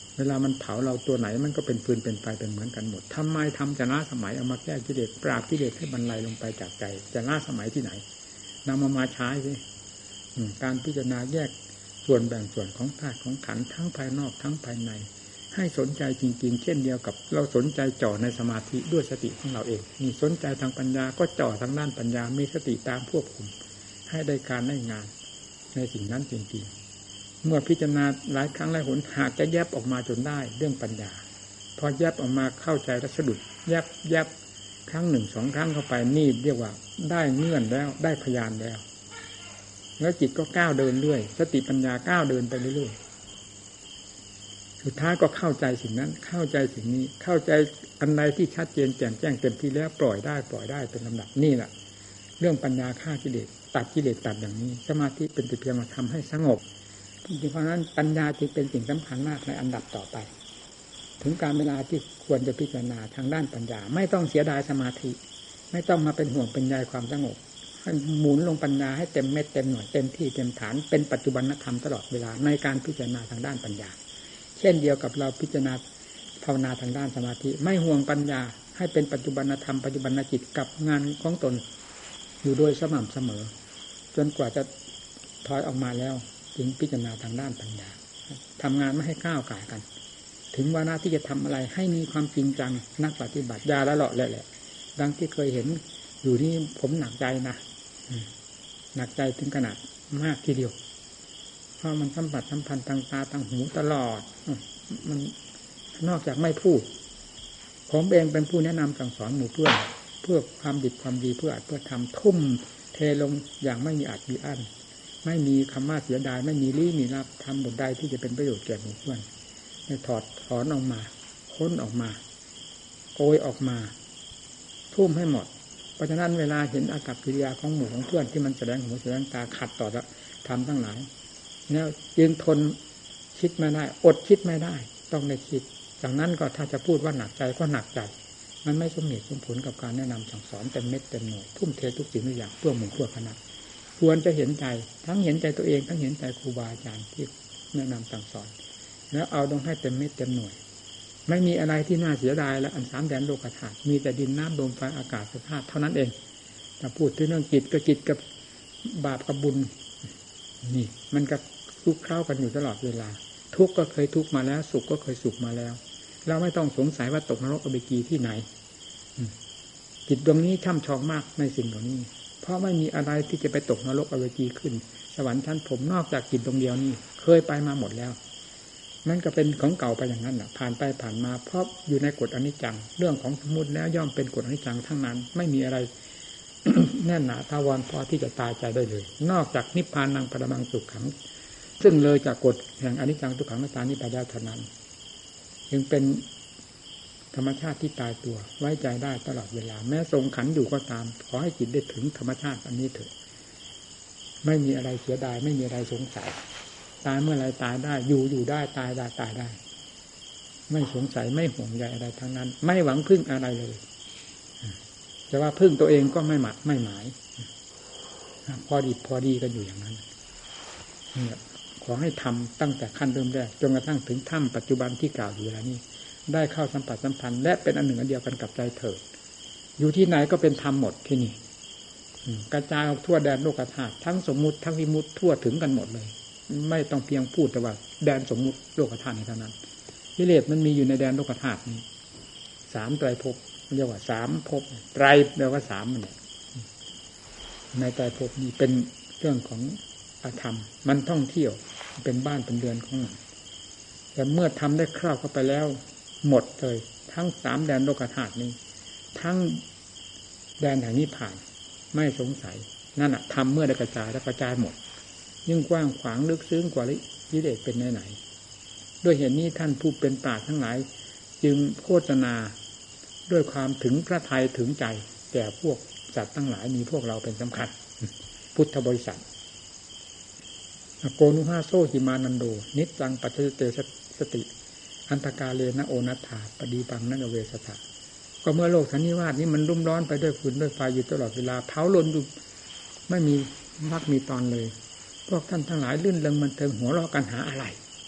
Speaker 1: เวลามันเผาเราตัวไหนมันก็เป็นฟืนเป็นไฟเป็นเหมือนกันหมดทำไมทำจะล้าสมัยเอามาแก้กิเลสปราบกิเลสให้บรรลัยลงไปจากใจจะล้าสมัยที่ไหนนำมามาใช้สิการพิจารณาแยกส่วนแบ่งส่วนของธาตุของขันธ์ทั้งภายนอกทั้งภายในให้สนใจจริงๆเช่นเดียวกับเราสนใจจ่อในสมาธิด้วยสติของเราเองนี่สนใจทางปัญญาก็จ่อทางด้านปัญญามีสติตามควบคุมให้ได้การได้งานในสิ่งนั้นจริงๆเมื่อพิจารณาหลายครั้งหลายหนหากจะแยบออกมาจนได้เรื่องปัญญาพอแยบออกมาเข้าใจและสะดุดแยบแยบครั้งหนึ่งสองครั้งเข้าไปนี่เรียกว่าได้เงื่อนแล้วได้พยานแล้วแล้วจิตก็ก้าวเดินเรื่อยสติปัญญาก้าวเดินไปเรื่อยสุดท้ายก็เข้าใจสิ่งนั้นเข้าใจสิ่งนี้เข้าใจอันใดที่ชัดเจนแจ่มแจ้งเต็มที่แล้วปล่อยได้ปล่อยได้เป็นลำดับนี่แหละเรื่องปัญญาฆ่ากิเลสตัดกิเลสตัดอย่างนี้สมาธิเป็นแต่เพียงมาทำให้สงบเพราะฉะนั้นปัญญาจึงเป็นสิ่งสำคัญมากในอันดับต่อไปถึงการเวลาที่ควรจะพิจารณาทางด้านปัญญาไม่ต้องเสียดายสมาธิไม่ต้องมาเป็นห่วงเป็นใยความสงบให้หมุนลงปัญญาให้เต็มเม็ดเต็มหน่วยเต็มที่เต็มฐานเป็นปัจจุบันธรรมตลอดเวลาในการพิจารณาทางด้านปัญญาเช่นเดียวกับเราพิจารณาภาวนาทางด้านสมาธิไม่ห่วงปัญญาให้เป็นปัจจุบันธรรมปัจจุบันจิตกับงานของตนอยู่โดยสม่ำเสมอจนกว่าจะถอยออกมาแล้วจึงพิจารณาทางด้านปัญญาทำงานไม่ให้ก้าวก่ายกันถึงวาระที่จะทำอะไรให้มีความจริงจังนักปฏิบัติยาละเลาะแหละดังที่เคยเห็นอยู่นี่ผมหนักใจนะหนักใจถึงขนาดมากทีเดียวเพราะมันสัมผัสสัมพันธ์ทางตาทางหูตลอดมันนอกจากไม่พูดผมเองเป็นผู้แนะนำสั่งสอนหมู่เพื่อนเพื่อความดีความดีเพื่ออัดเพื่อทำทุ่มเทลงอย่างไม่มีอัดมีอั้นไม่มีคำว่าเสียดายไม่มีลี้มีลับทำบทใดที่จะเป็นประโยชน์แก่หมู่เพื่อนให้ถอดถอนออกมาค้นออกมาโกยออกมาทุ่มให้หมดเพราะฉะนั้นเวลาเห็นอากัปกิริยาของหมู่ของเพื่อนที่มันแสดงหูแสดงตาขัดต่อละทำทั้งหลายแล้วยืนทนคิดไม่ได้อดคิดไม่ได้ต้องได้คิดจากนั้นก็ถ้าจะพูดว่าหนักใจก็หนักใจมันไม่สมเหตุสมผลกับการแนะนำสั่งสอนเต็มเม็ดเต็มหน่วยทุ่มเททุกสิ่งทุกอย่างเพื่อหมู่เพื่อคณะควรจะเห็นใจทั้งเห็นใจตัวเองทั้งเห็นใจครูบาอาจารย์ที่แนะนำสั่งสอนแล้วเอาลงให้เต็มเม็ดเต็มหน่วยไม่มีอะไรที่น่าเสียดายและอันสามแดนโลกธาตุมีแต่ดินน้ำลมไฟอากาศธาตุเท่านั้นเองถ้าพูดถึงเรื่องจิตก็จิตกับบาปกับบุญนี่มันก็ทุกข์เข้ากันอยู่ตลอดเวลาทุกข์ก็เคยทุกข์มาแล้วสุขก็เคยสุขมาแล้วเราไม่ต้องสงสัยว่าตกนรกอบายที่ไหนจิตดวงนี้ช่ำชองมากในสิ่งเหล่านี้เพราะไม่มีอะไรที่จะไปตกนรกอบายขึ้นสวรรค์ชั้นผมนอกจากจิตดวงเดียวนี้เคยไปมาหมดแล้วนั่นก็เป็นของเก่าไปอย่างนั้นน่ะผ่านไปผ่านมาเพราะอยู่ในกฎอนิจจังเรื่องของสมมุติแล้วย่อมเป็นกฎอนิจจังทั้งนั้นไม่มีอะไร แน่นหนาถาวรพอที่จะตายใจได้เลยนอกจากนิพพานังปรมังสุขขังซึ่งเลยจากกฎแห่งอนิจจังทุกขังอนัตตานี้ไปได้เท่านั้นจึงเป็นธรรมชาติที่ตายตัวไว้ใจได้ตลอดเวลาแม้ทรงขันอยู่ก็ตามขอให้จิตได้ถึงธรรมชาติอันนี้เถิดไม่มีอะไรเสียดายไม่มีอะไรสงสัยตายเมื่อไรตายได้อยู่อยู่ได้ตายได้ตายได้ไม่สงสัยไม่ห่วงใยอะไรทั้งนั้นไม่หวังพึ่งอะไรเลยแต่ว่าพึ่งตัวเองก็ไม่หมักไม่หมายพอดีพอดีกันอยู่อย่างนั้นเนี่ยขอให้ทำตั้งแต่ขั้นเริ่มแรกจนกระทั่งถึงถ้ำปัจจุบันที่กล่าวอยู่แล้วนี้ได้เข้าสัมผัสสัมพันธ์และเป็นอันหนึ่งอันเดียวกันกับใจเถิดอยู่ที่ไหนก็เป็นธรรมหมดที่นี่กระจายออกทั่วแดนโลกธาตุทั้งสมมุติทั้งวิมุตติทั่วถึงกันหมดเลยไม่ต้องเพียงพูดแต่ว่าแดนสมมุติโลกธาตุเท่านั้นกิเลสมันมีอยู่ในแดนโลกธาตุนี้สามไตรภพเรียกว่าสามภพไตรแปลว่าสามมันเนี่ยในไตรภพนี้เป็นเรื่องของอาธรรมมันท่องเที่ยวเป็นบ้านเป็นเรือนของมันแต่เมื่อทำได้ครอบเข้าไปแล้วหมดเลยทั้งสามแดนโลกธาตุนี้ทั้งแดนแห่งนิพพานไม่สงสัยนั่นแหะทำเมื่อได้กระจายแล้วกระจายหมดยิ่งกว้างขวางลึกซึ้งกว่ากิเลสเป็นไหนๆด้วยเหตุนี้ท่านผู้เป็นปราชญ์ทั้งหลายจึงโฆษณาด้วยความถึงพระทัยถึงใจแก่พวกสัตว์ทั้งหลายมีพวกเราเป็นสำคัญพุทธบริษัทโกนุหาโซหิมานันโดนิจจังปัจจเตสติอันตกาเลนะโอนัฏฐาปดีปังนันเวสถะก็เมื่อโลกสันนิวาสนี้มันรุ่มร้อนไปด้วยฟืนด้วยไฟอยู่ตลอดเวลาเผาลนอยู่ไม่มีพักมีตอนเลยพวกท่านทั้งหลายลื่นเริงมันเทิงหัวเราะกันหาอะไร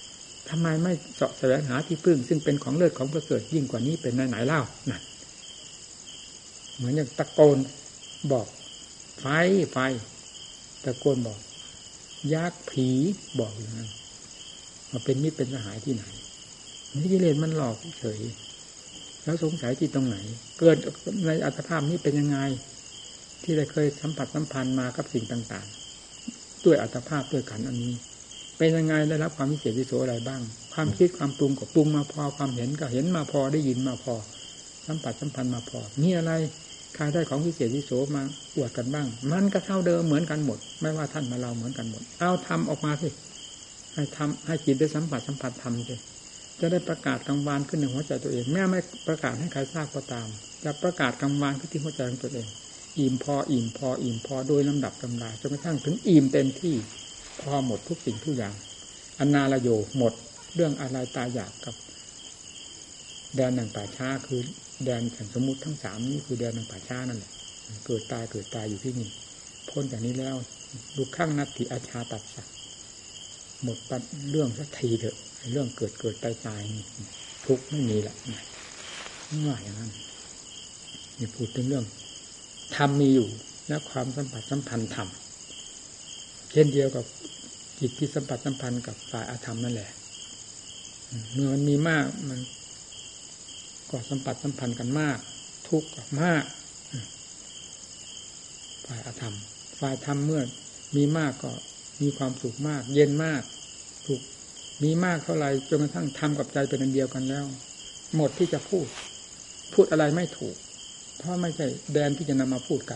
Speaker 1: ทำไมไม่เสาะแสวงหาที่พึ่งซึ่งเป็นของเลิศของประเสริฐยิ่งกว่านี้เป็นไหนๆเล่านั่นเหมือนอย่างตะโกนบอกไฟไฟตะโกนบอกยักษ์ผีบอกอย่างนั้นมาเป็นมิตรเป็นสหายที่ไหนนี่กิเลสมันหลอกเฉยแล้วสงสัยที่ตรงไหนเกิดในอัตภาพนี้เป็นยังไงที่ได้เคยสัมผัสสัมพันธ์มากับสิ่งต่างๆด้วยอัตภาพด้วยขันธ์อันนี้เป็นยังไงได้รับความวิเศษวิโสอะไรบ้างความคิดความปรุงก็ปรุงมาพอความเห็นก็เห็นมาพอได้ยินมาพอสัมผัสสัมพันธ์มาพอมีอะไรใครได้ของวิเศษวิโสมาอวดกันบ้างมันก็เท่าเดิมเหมือนกันหมดไม่ว่าท่านมาเราเหมือนกันหมดเอาทำออกมาสิให้ทำให้จิตได้สัมผัสสัมผัสทำสิจะได้ประกาศกังวานขึ้นในหัวใจตัวเองแม้ไม่ประกาศให้ใครทราบก็ตามจะประกาศกังวานขึ้นที่หัวใจของตัวเองอิ่มพออิ่มพออิ่มพอโดยลำดับลำดาจนกระทั่งถึงอิ่มเต็มที่พอหมดทุกสิ่งทุกอย่างอนาลโยหมดเรื่องอะไรตายอยากกับแดนแห่งป่าช้าคือแดนแห่งสมมุติทั้งสามนี้คือแดนแห่งป่าช้านั่นแหละเกิดตายเกิดตายอยู่ที่นี่พ้นจากนี้แล้วดูข้างนัตถิอาชาตัดสักหมดปัญเรื่องสักทีเถอะเรื่องเกิดเกิดตายตายนี่ทุกไม่มีแหละไม่ว่าอย่างนั้นนี่พูดถึงเรื่องธรรมมีอยู่และความสัมผัสสัมพันธ์ธรรมเช่นเดียวกับจิตที่สัมผัสสัมพันธ์กับฝ่ายอธรรมนั่นแหละเมื่อมันมีมากมันก็สัมผัสสัมพันธ์กันมากทุกข์มากฝ่ายอธรรมฝ่ายธรรมเมื่อมีมากก็มีความสุขมากเย็นมากถูกมีมากเท่าไหร่จนกระทั่งธรรมกับใจเป็นอันเดียวกันแล้วหมดที่จะพูดพูดอะไรไม่ถูกเพราะไม่ใช่แดนที่จะนำมาพูดกัน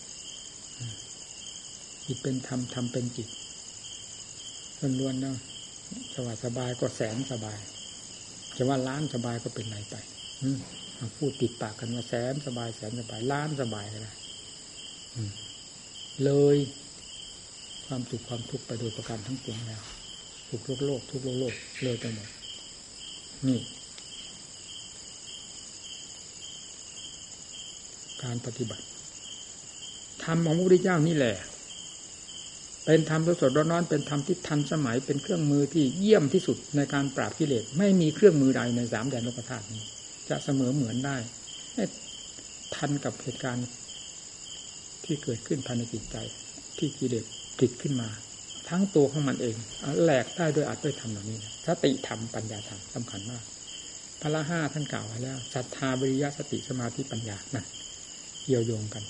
Speaker 1: จิตเป็นธรรมธรรมเป็นจิตล้วนๆแล้วสบายสบายก็แสนสบายจะว่าล้านสบายก็เป็นไรไปพูดติดปากกันว่าแสนสบายแสนสบายล้านสบายก็ได้เลยความสุขความทุกข์ไปโดยประการทั้งปวงแล้วทุกโลกโลกทุกโลกโลกเลยไปหมดนี่การปฏิบัติธรรมของพระพุทธเจ้านี่แหละเป็นธรรมสดๆร้อนๆเป็นธรรมที่ทันสมัยเป็นเครื่องมือที่เยี่ยมที่สุดในการปราบกิเลสไม่มีเครื่องมือใดในสามแดนโลกธาตุนี้จะเสมอเหมือนได้ให้ทันกับเหตุการณ์ที่เกิดขึ้นภายในจิตใจที่กิเลสติดขึ้นมาทั้งตัวของมันเองแหลกได้ด้วยอัดด้วยธรรมเหล่านี้สติธรรมปัญญาธรรมสำคัญมากพระห้าท่านกล่าวไว้แล้วศรัทธาวิริยะสติสมาธิปัญญานั่นเกี่ยวโยงกัน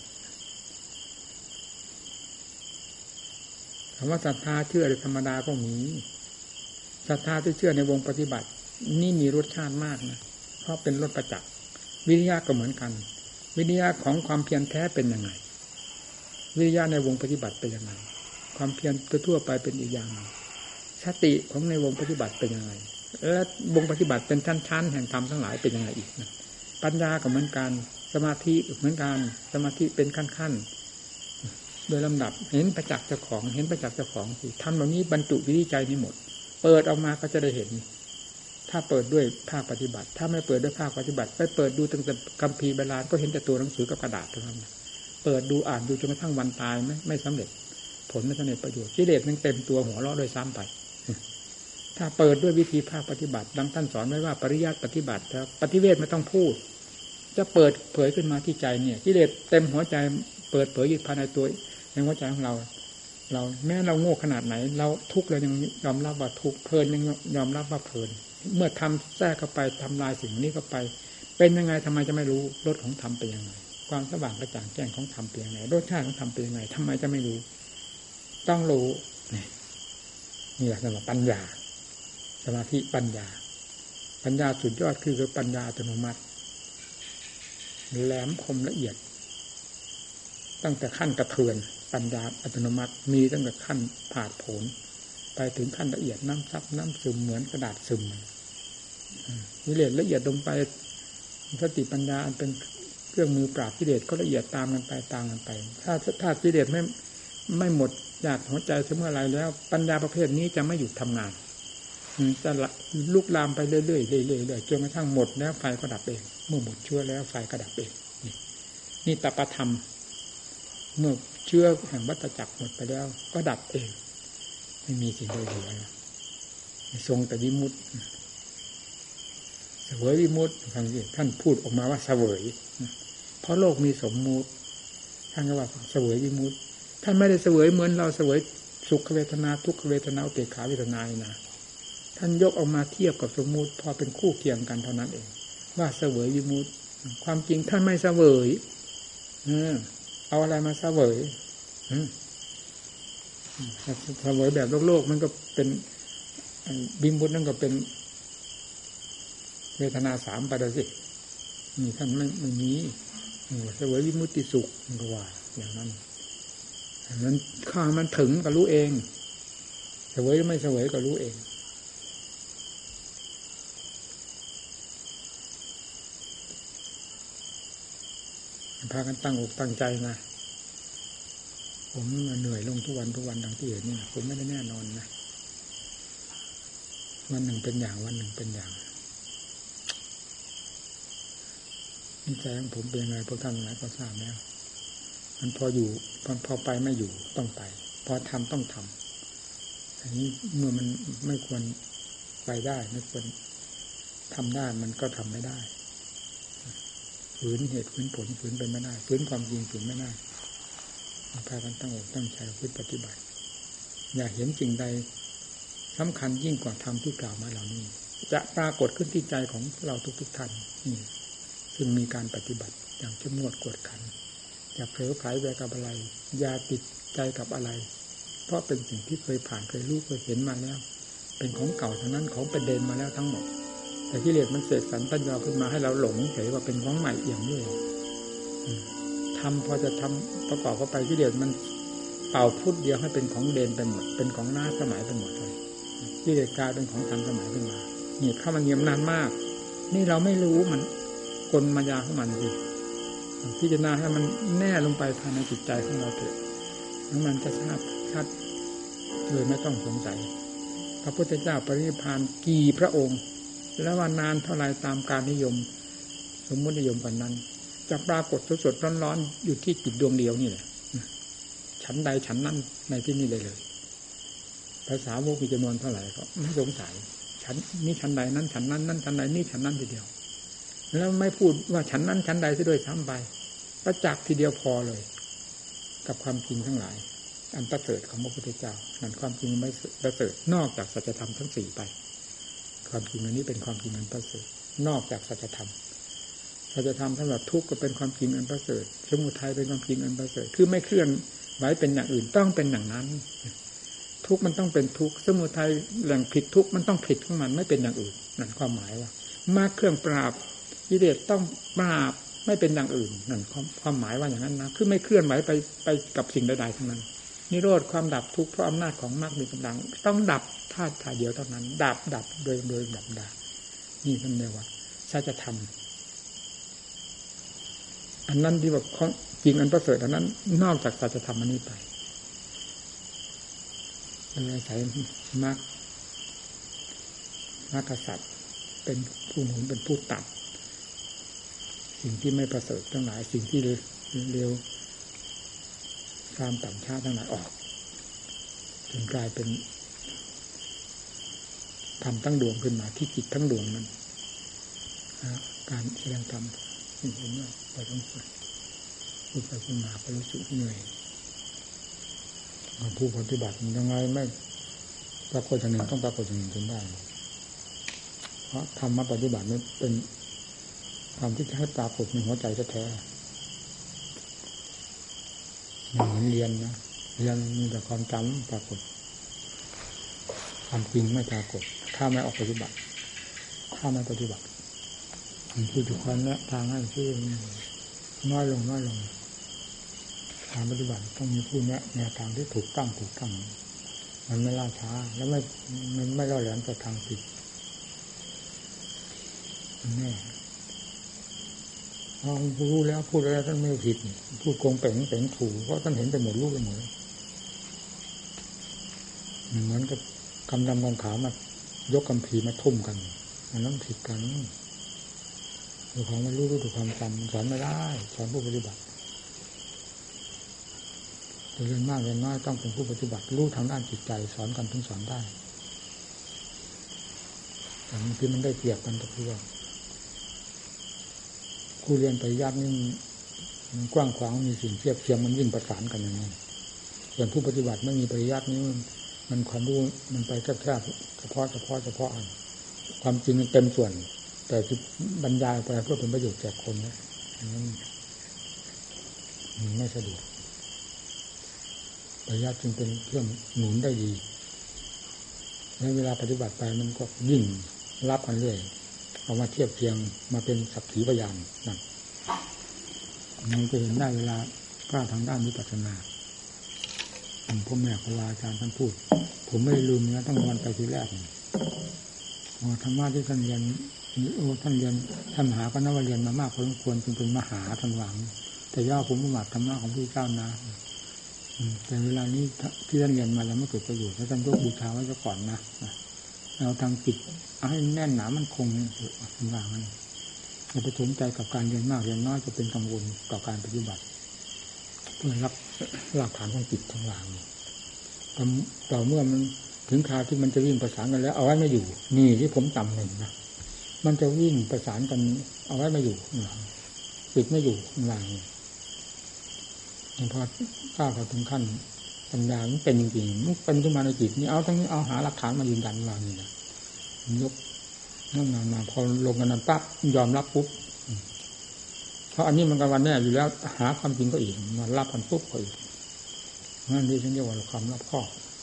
Speaker 1: คำว่าศรัทธาเชื่อธรรมดาก็มีศรัทธาที่เชื่อในวงปฏิบัตินี่มีรสชาติมากนะเพราะเป็นรสประจักษ์วิริยะก็เหมือนกันวิริยะของความเพียรแท้เป็นยังไงวิริยะในวงปฏิบัติเป็นยังไงความเพียรทั่วไปเป็นอีกอย่างสติของในวงปฏิบัติเป็นยังไงและวงปฏิบัติเป็นชั้นๆแห่งธรรมทั้งหลายเป็นยังไงอีกนะปัญญาก็เหมือนกันสมาธิเหมือนกันสมาธิเป็นขั้นๆโดยลำดับเห็นประจักษ์เจ้าของเห็นประจักษ์เจ้าของสิทำเหล่านี้บรรจุวิริยใจนี้หมดเปิดออกมาก็จะได้เห็นถ้าเปิดด้วยภาคปฏิบัติถ้าไม่เปิดด้วยภาคปฏิบัติไปเปิดดูตั้งแต่คัมภีร์โบราณก็เห็นแต่ตัวหนังสือกับกระดาษเท่านั้นเปิดดูอ่านดูจนกระทั่งวันตายไม่ไม่สำเร็จผลไม่สำเร็จประโยชน์กิเลสมันเต็มตัวหัวเราะโดยซ้ำไปถ้าเปิดด้วยวิธีภาคปฏิบัติดังท่านสอนไว้ว่าปริยัติปฏิบัติแล้วปฏิเวทไม่ต้องพูดจะเปิดเผยขึ้นมาที่ใจเนี่ยกิเลสเต็มหัวใจเปิดเผยอยู่ภายในตัวในหัวใจของเราเราแม้เราโง่ขนาดไหนเราทุกข์เรายังยอมรับว่าทุกข์เพลินยังยอมรับว่าเพลินเมื่อทำแทรกเข้าไปทำลายสิ่งนี้เข้าไปเป็นยังไงทำไมจะไม่รู้รสของธรรมเป็นยังไงความสว่างกระจ่างแจ้งของธรรมเป็นยังไงรสชาติของธรรมเป็นยังไงทำไมจะไม่รู้ต้องรู้นี่นี่แหละสำหรับปัญญาสมาธิปัญญาปัญญาสุดยอดคือคือปัญญาอัตโนมัติแหลมคมละเอียดตั้งแต่ขั้นกระเทือนปัญญาอัตโนมัติมีตั้งแต่ขั้นผาดโผนไปถึงขั้นละเอียดน้ำซับน้ำซึมเหมือนกระดาษซึมกิเลสละเอียดลงไปสติปัญญาอันเป็นเครื่องมือปราบกิเลสก็ละเอียดตามกันไปตามกันไปถ้าถ้ากิเลสไม่ไม่หมดจากหัวใจเมื่อไรแล้วปัญญาประเภทนี้จะไม่หยุดทำงานจะลุกลามไปเรื่อยๆเรื่อยๆจนกระทั่งหมดแล้วไฟก็ดับเองเมื่อหมดเชื้อแล้วไฟก็ดับเองนี่นี่ตปธรรมเมื่อเชื้อแห่งวัฏจักรหมดไปแล้วก็ดับเองไม่มีสิ่งใดเหลือทรงแต่วิมุตติเสวยวิมุตติฟังสิท่านพูดออกมาว่าเสวยเพราะโลกมีสมมุติท่านก็ว่าเสวยวิมุตติท่านไม่ได้เสวยเหมือนเราเสวยสุขเวทนาทุกขเวทนาอุเบกขาเวทนานะท่านยกออกมาเทียบกับสมมุติพอเป็นคู่เคียงกันเท่านั้นเองว่าเสวยวิมุตติความจริงท่านไม่เสวยเออเอาอะไรมาเสวยเสวยแบบโลกโลกมันก็เป็นวิมุตตินั่นก็เป็นเวทนาสามไปแล้วสินี่ท่านไม่ไม่มีเสวยวิมุตติสุขก็ว่าอย่างนั้นนั้นข้ามันถึงก็รู้เองเสวยหรือไม่เสวยก็รู้เองพากันตั้งอกตั้งใจนะผมเหนื่อยลงทุกวันทุกวันดังที่เห็นนี่ผมไม่ได้แน่นอนนะวันหนึ่งเป็นอย่างวันหนึ่งเป็นอย่างนิสัยของผมเป็นไงพวกท่านหลายก็ทราบแล้วมันพออยู่พอไปไม่อยู่ต้องไปพอทำต้องทำอันนี้เมื่อมันไม่ควรไปได้ไม่ควรทำได้มันก็ทำไม่ได้ฝืนเหตุฝืนผลฝืนเป็นไม่ได้ฝืนความจริงฝืนไม่ได้พากันตั้งอกตั้งใจฝึกปฏิบัติอย่าเห็นสิ่งใดสำคัญยิ่งกว่าธรรมที่กล่าวมาเหล่านี้จะปรากฏขึ้นที่ใจของเราทุกๆท่านนี่ซึ่งมีการปฏิบัติอย่างเข้มงวดกวดขันอย่าเผลอไผลไปกับอะไรอย่าติดใจกับอะไรเพราะเป็นสิ่งที่เคยผ่านเคยรู้เคยเห็นมาแล้วเป็นของเก่าทั้งนั้นของประเด็นมาแล้วทั้งหมดแต่กิเลสมันเสกสรรตั้งยอขึ้นมาให้เราหลงเฉยว่าเป็นของใหม่เอี่ยมนี่ทำพอจะทำประกอบเข้าไปกิเลสมันเป่าพุทธเดียวให้เป็นของเด่นไปหมดเป็นของล้าสมัยไปหมดเลยกิเลสกลายเป็นของทันสมัยขึ้นมานี่เข้ามาเงียบนานมากนี่เราไม่รู้มันกลมายาของมันสิพิจารณาให้มันแน่ลงไปภายในจิตใจของเราเถอะแล้วมันจะทราบชัดเลยไม่ต้องสงสัยพระพุทธเจ้าปรินิพพานกี่พระองค์แล้วว่านานเท่าไรตามการนิยมสมมุตินิยมกันนั้นจะปรากฏสดๆร้อนๆอยู่ที่จิตดวงเดียวนี่แหละฉันใดฉันนั้นในที่นี้เลยเลยภาษาวกมีจำนวนเท่าไหร่ก็ไม่สงสัยฉันนี่ฉันใดนั้นฉันนั้นนั้นฉันใดนี่ฉันนั้นทีเดียวแล้วไม่พูดว่าฉันนั้นฉันใดซะด้วยซ้ำไปประจักษ์ทีเดียวพอเลยกับความจริงทั้งหลายอันประเสริฐของพระพุทธเจ้านั่นความจริงไม่ประเสริฐนอกจากสัจธรรมทั้งสี่ไปความจริงอันนี้เป็นความจริงอันประเสริฐนอกจากสัจธรรมสัจธรรมสำหรับทุกข์ก็เป็นความจริงอันประเสริฐสมุทัยเป็นความจริงอันประเสริฐคือไม่เคลื่อนไหวเป็นอย่างอื่นต้องเป็นอย่างนั้นทุกข์มันต้องเป็นทุกข์สมุทัยแหล่งผิดทุกข์มันต้องผิดของมันไม่เป็นอย่างอื่นนั่นความหมายว่ามาเครื่องปราบกิเลสต้องปราบไม่เป็นอย่างอื่นนั่นความความหมายว่าอย่างนั้นนะคือไม่เคลื่อนไหวไปไปกับสิ่งใดๆทั้งนั้นนิโรธความดับทุกข์เพราะอำนาจของมรรคมีกำลังต้องดับธาตุธาตุเดียวเท่านั้นดับดับโดยโดยดับดับนี่ท่านเรียกว่าสัจธรรมอันนั้นที่ว่าของจริงอันประเสริฐอันนั้นนอกจากสัจธรรมอันนี้ไปเป็นอาศัยมรรคมรรคสัจเป็นผู้หนุนเป็นผู้ตัดสิ่งที่ไม่ประเสริฐทั้งหลายสิ่งที่เร็วความต่ำช้าทั้งหลายออกจนกลายเป็นธรรมทั้งดวงขึ้นมาที่จิตทั้งดวงนั้นการแสดงธรรมเห็นว่าไปต้องฝึกพูดไปพูดมาก็รู้สึกเหนื่อยผู้ปฏิบัติยังไงไม่ปรากฏอย่างหนึ่งต้องปรากฏอย่างหนึ่งจนได้เพราะธรรมะปฏิบัตินี้เป็นความที่จะให้ปรากฏในหัวใจแท้ๆเหมือนเรียนนะเรียนมีแต่ความจำปรากฏความจริงไม่ปรากฏถ้าไม่ออกปฏิบัติถ้าไม่ปฏิบัติคือทุกคนเนี่ยทางให้ชื่อน้อยลงน้อยลงทางปฏิบัติต้องมีผู้เนี่ยแนวทางที่ถูกต้องถูกต้องมันไม่ล่าช้าแล้วไม่มันไม่ล่อแหลมต่อทางผิดแน่พอรู้แล้วพูดแล้วท่านไม่ผิดพูดโกงเป๋งเป๋งถูกเพราะท่านเห็นไปหมดลูกไปหมดเหมือนกับกำดำกำขาวมายกกำพีมาทุ่มกันอันนั้นผิดกันดูของไม่รู้รู้ดูความจำสอนไม่ได้สอนผู้ปฏิบัติเรียนมากเรียนน้อยต้องเป็นผู้ปฏิบัติรู้ทางด้านจิตใจสอนกันถึงสอนได้แต่บางทีมันได้เปรียบกันก็คือว่าผู้เรียนปริยัตินี่มันกว้างขวางมีสิ่งเทียบเทียมมันวิ่งประสานกันอย่างนี้ส่วนผู้ปฏิบัติไม่มีปริยัตินี้มันความรู้มันไปแค่เฉพาะเฉพาะเฉพาะอันความจริงมันเต็มส่วนแต่ที่บรรยายไปเพื่อเป็นประโยชน์แก่คนนะมันไม่สะดวกปริยัติจึงเป็นเครื่องหนุนได้ดีในเวลาปฏิบัติไปมันก็ยิ่งรับกันเรื่อยเอามาเทียบเทียงมาเป็นสักขีพยานนั่นมันจะเห็นได้เวลาก้าวทางด้านวิปัสสนาพ่อแม่ครูอาจารย์ท่านพูดผมไม่ลืมนะตั้งวันไปทีแรกธรรมะที่ท่านเรียนโอ้ท่านเรียนท่านมหาก็นับว่าเรียนมามากพอสมควรจึงเป็นมหาท่านหวังแต่ย่อผมประมาทธรรมะของพระเจ้านะแต่เวลานี้ที่ท่านเรียนมาแล้วไม่เกิดประโยชน์แล้วท่านยกบูชาไว้ซะก่อนนะเอาทางจิตเอาให้แน่นหนามันคงท่านว่างั้นอย่าไปสนใจกับการเรียนมากเรียนน้อยจะเป็นกังวลต่อการปฏิบัติเพื่อรับหลักฐานของจิตทั้งหลายต่อเมื่อมันถึงคราวที่มันจะวิ่งประสานกันแล้วเอาไว้ไม่อยู่นี่ที่ผมต่ำหนึ่งนะมันจะวิ่งประสานกันเอาไว้ไม่อยู่ปิดไม่อยู่หลังพอก้าวเข้าถึงขั้นปัญญามันเป็นจริงๆมันเป็นขึ้นมาในจิตนี่เอาทั้งนี้เอาหาหลักฐานมายืนยันว่านี่นะยกนั่งนานมาพอลงกันนั้นปั๊บยอมรับปุ๊บเพราะอันนี้มันกันวันแน่อยู่แล้วหาความจริงก็อีกมารับกันปุ๊บก็อีกนั่นที่ฉันเรียกว่าความรอบคอบ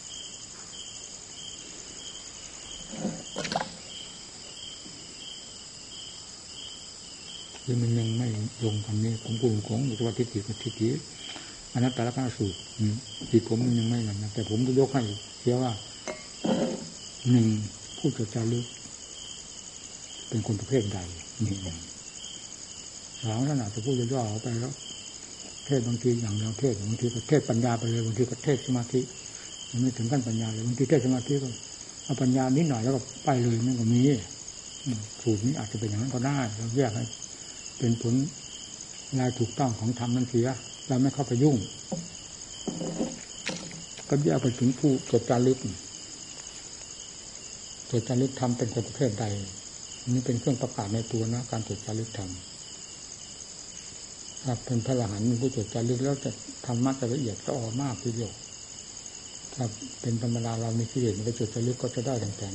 Speaker 1: คือมันยังไม่ลงคำนี้ผมกูของอุตวัติทิฏฐิกับทิฏฐิอนัตตลักษณสูตรจิตผมมันยังไม่อย่างนั้นแต่ผมก็ยกให้เชื่อว่าหนึ่งผู้จดจารึกเป็นคนประเภทใดนี่หนึ่งสองขนาดจะพูดย่อๆไปแล้วเทศบางทีอย่างเราเทศบางทีก็เทศปัญญาไปเลยบางทีก็เทศสมาธิมันไม่ถึงขั้นปัญญาเลยบางทีเทศสมาธิก็เอาปัญญานิดหน่อยแล้วก็ไปเลยนั่นก็มีสูตรนี้อาจจะเป็นอย่างนั้นก็ได้เราแยกให้เป็นผลลายถูกต้องของธรรมนั้นเสียเราไม่เข้าไปยุ่งก็แยกไปถึงผู้จดจารึกจดจารึกธรรมเป็นคนประเภทใดนี่เป็นเครื่องประกาศในตัวนะการจดจารึกธรรมถ้าเป็นพระอรหันต์ผู้จดจารึกแล้วจะธรรมะจะละเอียดก็ออกมากทีเดียวถ้าเป็นธรรมดาเรามีกิเลสไปจดจารึกก็จะได้แต่ง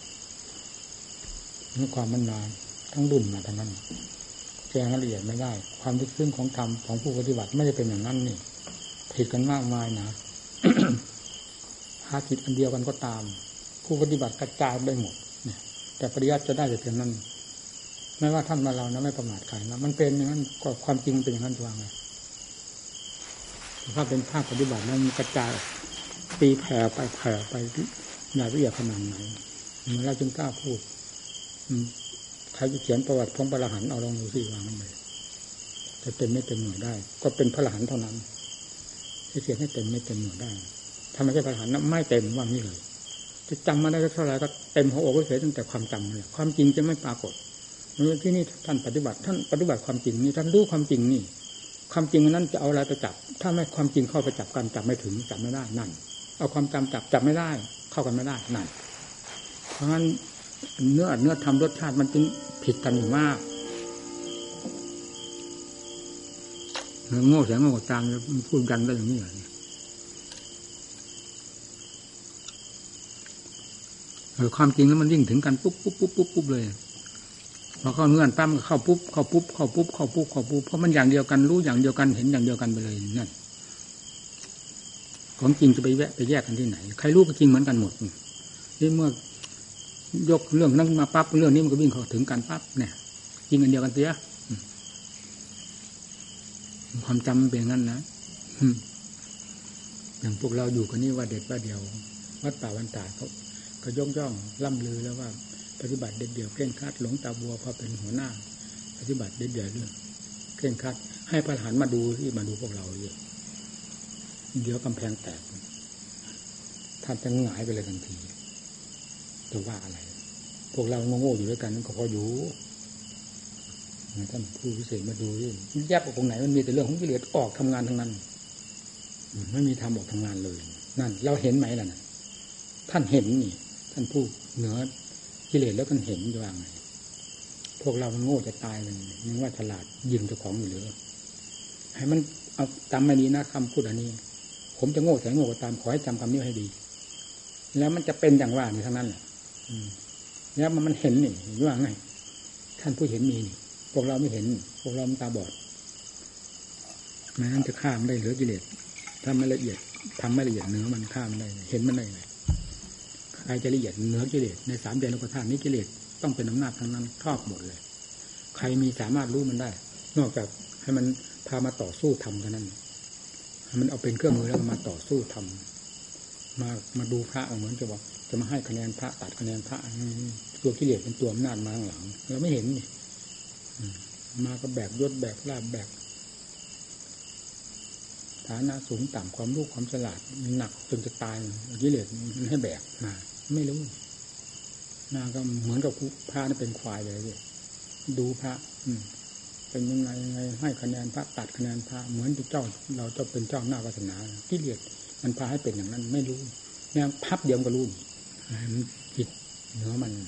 Speaker 1: ๆนี่ความมันนานทั้งดุ่นมาทั้งนั้นแจ้งละเอียดไม่ได้ความลึกซึ้งของธรรมของผู้ปฏิบัติไม่ได้เป็นอย่างนั้นนี่ผิดกันมากมายนะ หาจิตอันเดียวกันก็ตามผู้ปฏิบัติกระจายไปหมดเนี่ยแต่ปริยัติจะได้แต่เพียงนั้นไม่ว่าท่านมาเรานะไม่ประมาทใครนะมันเป็นอย่างนั้นก็ความจริงเป็นอย่างนั้นวางไงถ้าเป็นภาคปฏิบัติแล้วมีกระจายตีแผ่ไปแผ่ไปอย่าละเอียดขนาดไหนเราจึงกล้าพูดใครจะเขียนประวัติของพระอรหันต์เอาลองดูสิวางมันไปจะเต็มไม่เต็มหน่วยได้ก็เป็นพระอรหันต์เท่านั้นที่เขียนให้เต็มไม่เต็มหน่วยได้ถ้าไม่ใช่พระอรหันต์ไม่เต็มว่านี่เลยจะจำมาได้เท่าไหร่ก็เต็มหัวอกเฉยตั้งแต่ความจำเลยความจริงจะไม่ปรากฏเมื่อที่นี่ท่านปฏิบัติท่านปฏิบัติความจริงนี่ท่านรู้ความจริงนี่ความจริงนั้นจะเอาอะไรไปจับถ้าไม่ความจริงเข้าไปจับกันจับไม่ถึงจับไม่ได้นั่นเอาความจำจับจับไม่ได้เข้ากันไม่ได้นั่นเพราะฉะนั้นเนื้อเนื้อทำรสชาติมันจึงผิดกันอยู่มากโง่เสียงโง่จางมันพูดกันได้อย่างนี้เลยเออความจริงแล้วมันยิ่งถึงกันปุ๊บปุ๊บปุ๊บปุ๊บปุ๊บเลยพอเข้าเงื่อนปั้มก็เข้าปุ๊บเข้าปุ๊บเข้าปุ๊บเข้าปุ๊บเข้าปุ๊บเพราะมันอย่างเดียวกันรู้อย่างเดียวกันเห็นอย่างเดียวกันไปเลยนั่นของจริงจะไปแวะไปแยกกันที่ไหนใครรู้ก็จริงเหมือนกันหมดนี่เมื่อยกเรื่องนั้นมาปั๊บเรื่องนี้มันก็วิ่งเข้าถึงกันปั๊บเนี่ยจริงอันเดียวกันเสียความจำเป็นงั้นนะอย่างพวกเราอยู่กันนี่ว่าเด็ดว่าเดียววัดป่าวันตาเขาก็ย่องย่องล่ำลือแล้วว่าปฏิบัติเด็ดเดี่ยวเคร่งครัดหลงตาบัวพอเป็นหัวหน้าปฏิบัติเด็ดเดี่ยวเรื่องเคร่งครัดให้พระอรหันต์มาดูที่มาดูพวกเราเยอะเดี๋ยวกำแพงแตกท่านจะหงายไปเลยทันทีจะว่าอะไรพวกเราโง่ๆอยู่ด้วยกันนั่นก็พออยู่ท่านผู้พิเศษมาดูที่แยบออกตรงไหนมันมีแต่เรื่องของกิเลสออกทำงานทั้งนั้นไม่มีทำออกทำงานเลยนั่นเราเห็นไหมล่ะนะท่านเห็นนี่ท่านผู้เหนือกิเลสแล้วมันเห็นอยู่ว่าไงพวกเรามันโง่จะตายมันนึกว่าฉลาดยิงเจ้าของอยู่หรือให้มันเอาจำไม่ดีนะคำพูดอันนี้ผมจะโง่แสนโง่ก็ตามขอให้จำคำนี้ให้ดีแล้วมันจะเป็นอย่างว่านี่ทั้งนั้นแหละแล้วมันมันเห็นนี่ว่าไงท่านผู้เห็นมีนี่พวกเราไม่เห็นพวกเราตาบอดแม้นจะฆ่ามันได้เหลือกิเลสถ้าไม่ละเอียดทำไม่ละเอียดเนื้อมันฆ่ามันได้เห็นมันได้ไงใครจะละเอียดเนื้อกิเลสในสามเดือนโลกธาตุนี้กิเลสต้องเป็นอำนาจทั้งนั้นครอบหมดเลยใครมีสามารถรู้มันได้นอกจากให้มันพามาต่อสู้ทำเท่านั้นให้มันเอาเป็นเครื่องมือแล้วมาต่อสู้ทำมามาดูพระเหมือนจะบอกจะมาให้คะแนนพระตัดคะแนนพระตัวกิเลสเป็นตัวอำนาจมาข้างหลังเราไม่เห็นนี่มาก็แบกยศแบกลาภแบกฐานะสูงต่ำความรู้ความฉลาดมันหนักจนจะตายกิเลสมันให้แบกมาไม่รู้นาก็เหมือนกับพระนี่เป็นควายเลยเลยดูพระเป็นยังไงยังไงให้คะแนนพระตัดคะแนนพระเหมือนที่เจ้าเราเจ้าเป็นเจ้าหน้าวาสนากิเลสมันพาให้เป็นอย่างนั้นไม่รู้เนี่ยพับเดียวก็รู้มันจิตเนื้อมัน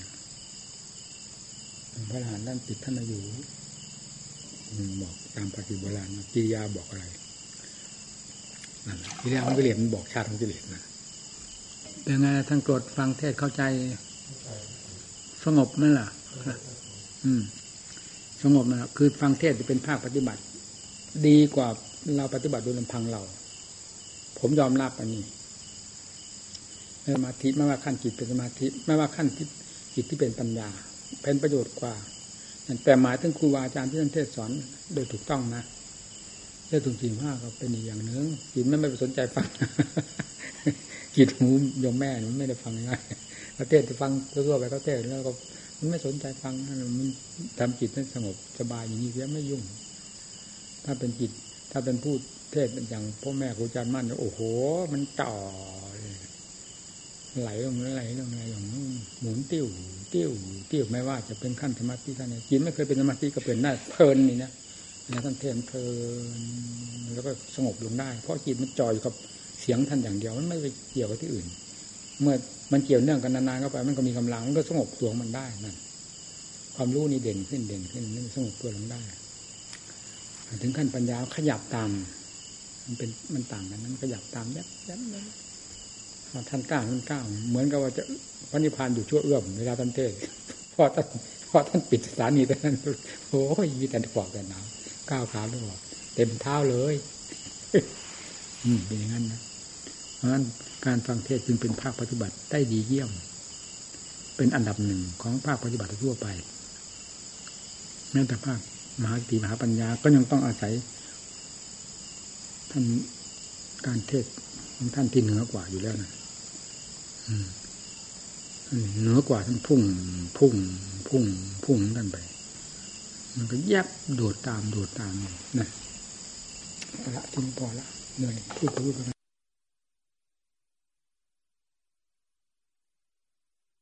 Speaker 1: พระอรหันต์ท่านติดท่านมาอยู่บอกตามปฏิโบราณกิริยาบอกอะไรนั่นแหละกิริยาของกิเลสมันบอกชาติของกิเลสนะเป็นไงท่านโกรธฟังเทศเข้าใจสงบนั่นแหละอืมสงบนะคือฟังเทศจะเป็นภาคปฏิบัติดีกว่าเราปฏิบัติโดยลำพังเราผมยอมรับอันนี้สมาธิไม่ว่าขั้นจิตเป็นสมาธิไม่ว่าขั้นจิตที่เป็นปัญญาเป็นประโยชน์กว่าแต่หมายถึงครูบาอาจารย์ที่ท่านเทศสอนโดยถูกต้องนะเรื่องถึงจริงมากก็เป็นอีกอย่างนึงจิตไม่ไม่สนใจฟังจิตหูโยมแม่มันไม่ได้ฟังง่ายเขาเทศจะฟังทั่วๆไปเขาเทศแล้วก็มันไม่สนใจฟังมันทำจิตให้สงบสบายอย่างนี้เสียไม่ยุ่งถ้าเป็นจิตถ้าเป็นผู้เทศอย่างพ่อแม่ครูอาจารย์มั่นโอ้โหมันต่อไหลลงไหลลงไหลลงหมุนติ้วติ้วติ้วไม่ว่าจะเป็นขั้นสมาธิขั้นไหนจิตไม่เคยเป็นสมาธิก็เป็นได้เพลินนี่นะแล้วท่านเทศเพลินแล้วก็สงบลงได้เพราะจิตมันจ่ออยู่กับเสียงท่านอย่างเดียวมันไม่ไปเกี่ยวกับที่อื่นเมื่อมันเกี่ยวเนื่องกันนานๆเข้าไปมันก็มีกำลังมันก็สงบตัวมันได้นั่นความรู้นี่เด่นขึ้นเด่นขึ้นมันสงบตัวลงได้ถึงขั้นปัญญาขยับตามมันเป็นมันต่างกันนั้นขยับตามยับยับยับท่านก้าวท่านก้าวเหมือนกับว่าจะพระนิพพานอยู่ชั่วเอื้อมเวลาท่านเทศพอท่านพอท่านปิดสถานีแต่นั้นโอ้ยมีแต่ขวากแต่หนาวก้าวขาด้วยเต็มเท้าเลยอืมเป็นอย่างนั้นนะเพราะฉะนั้นการฟังเทศจึงเป็นภาคปฏิบัติได้ดีเยี่ยมเป็นอันดับหนึ่งของภาคปฏิบัติทั่วไปแม้แต่ภาคมหาสติมหาปัญญาก็ยังต้องอาศัยท่านการเทศของท่านที่เหนือกว่าอยู่แล้วนะเหนือกว่าท่านพุ่งพุ่งพุ่งพุ่งท่านไปมันก็แยบโดดตามโดดตามนะละทิ้งพอละเหนื่อยพูดพูด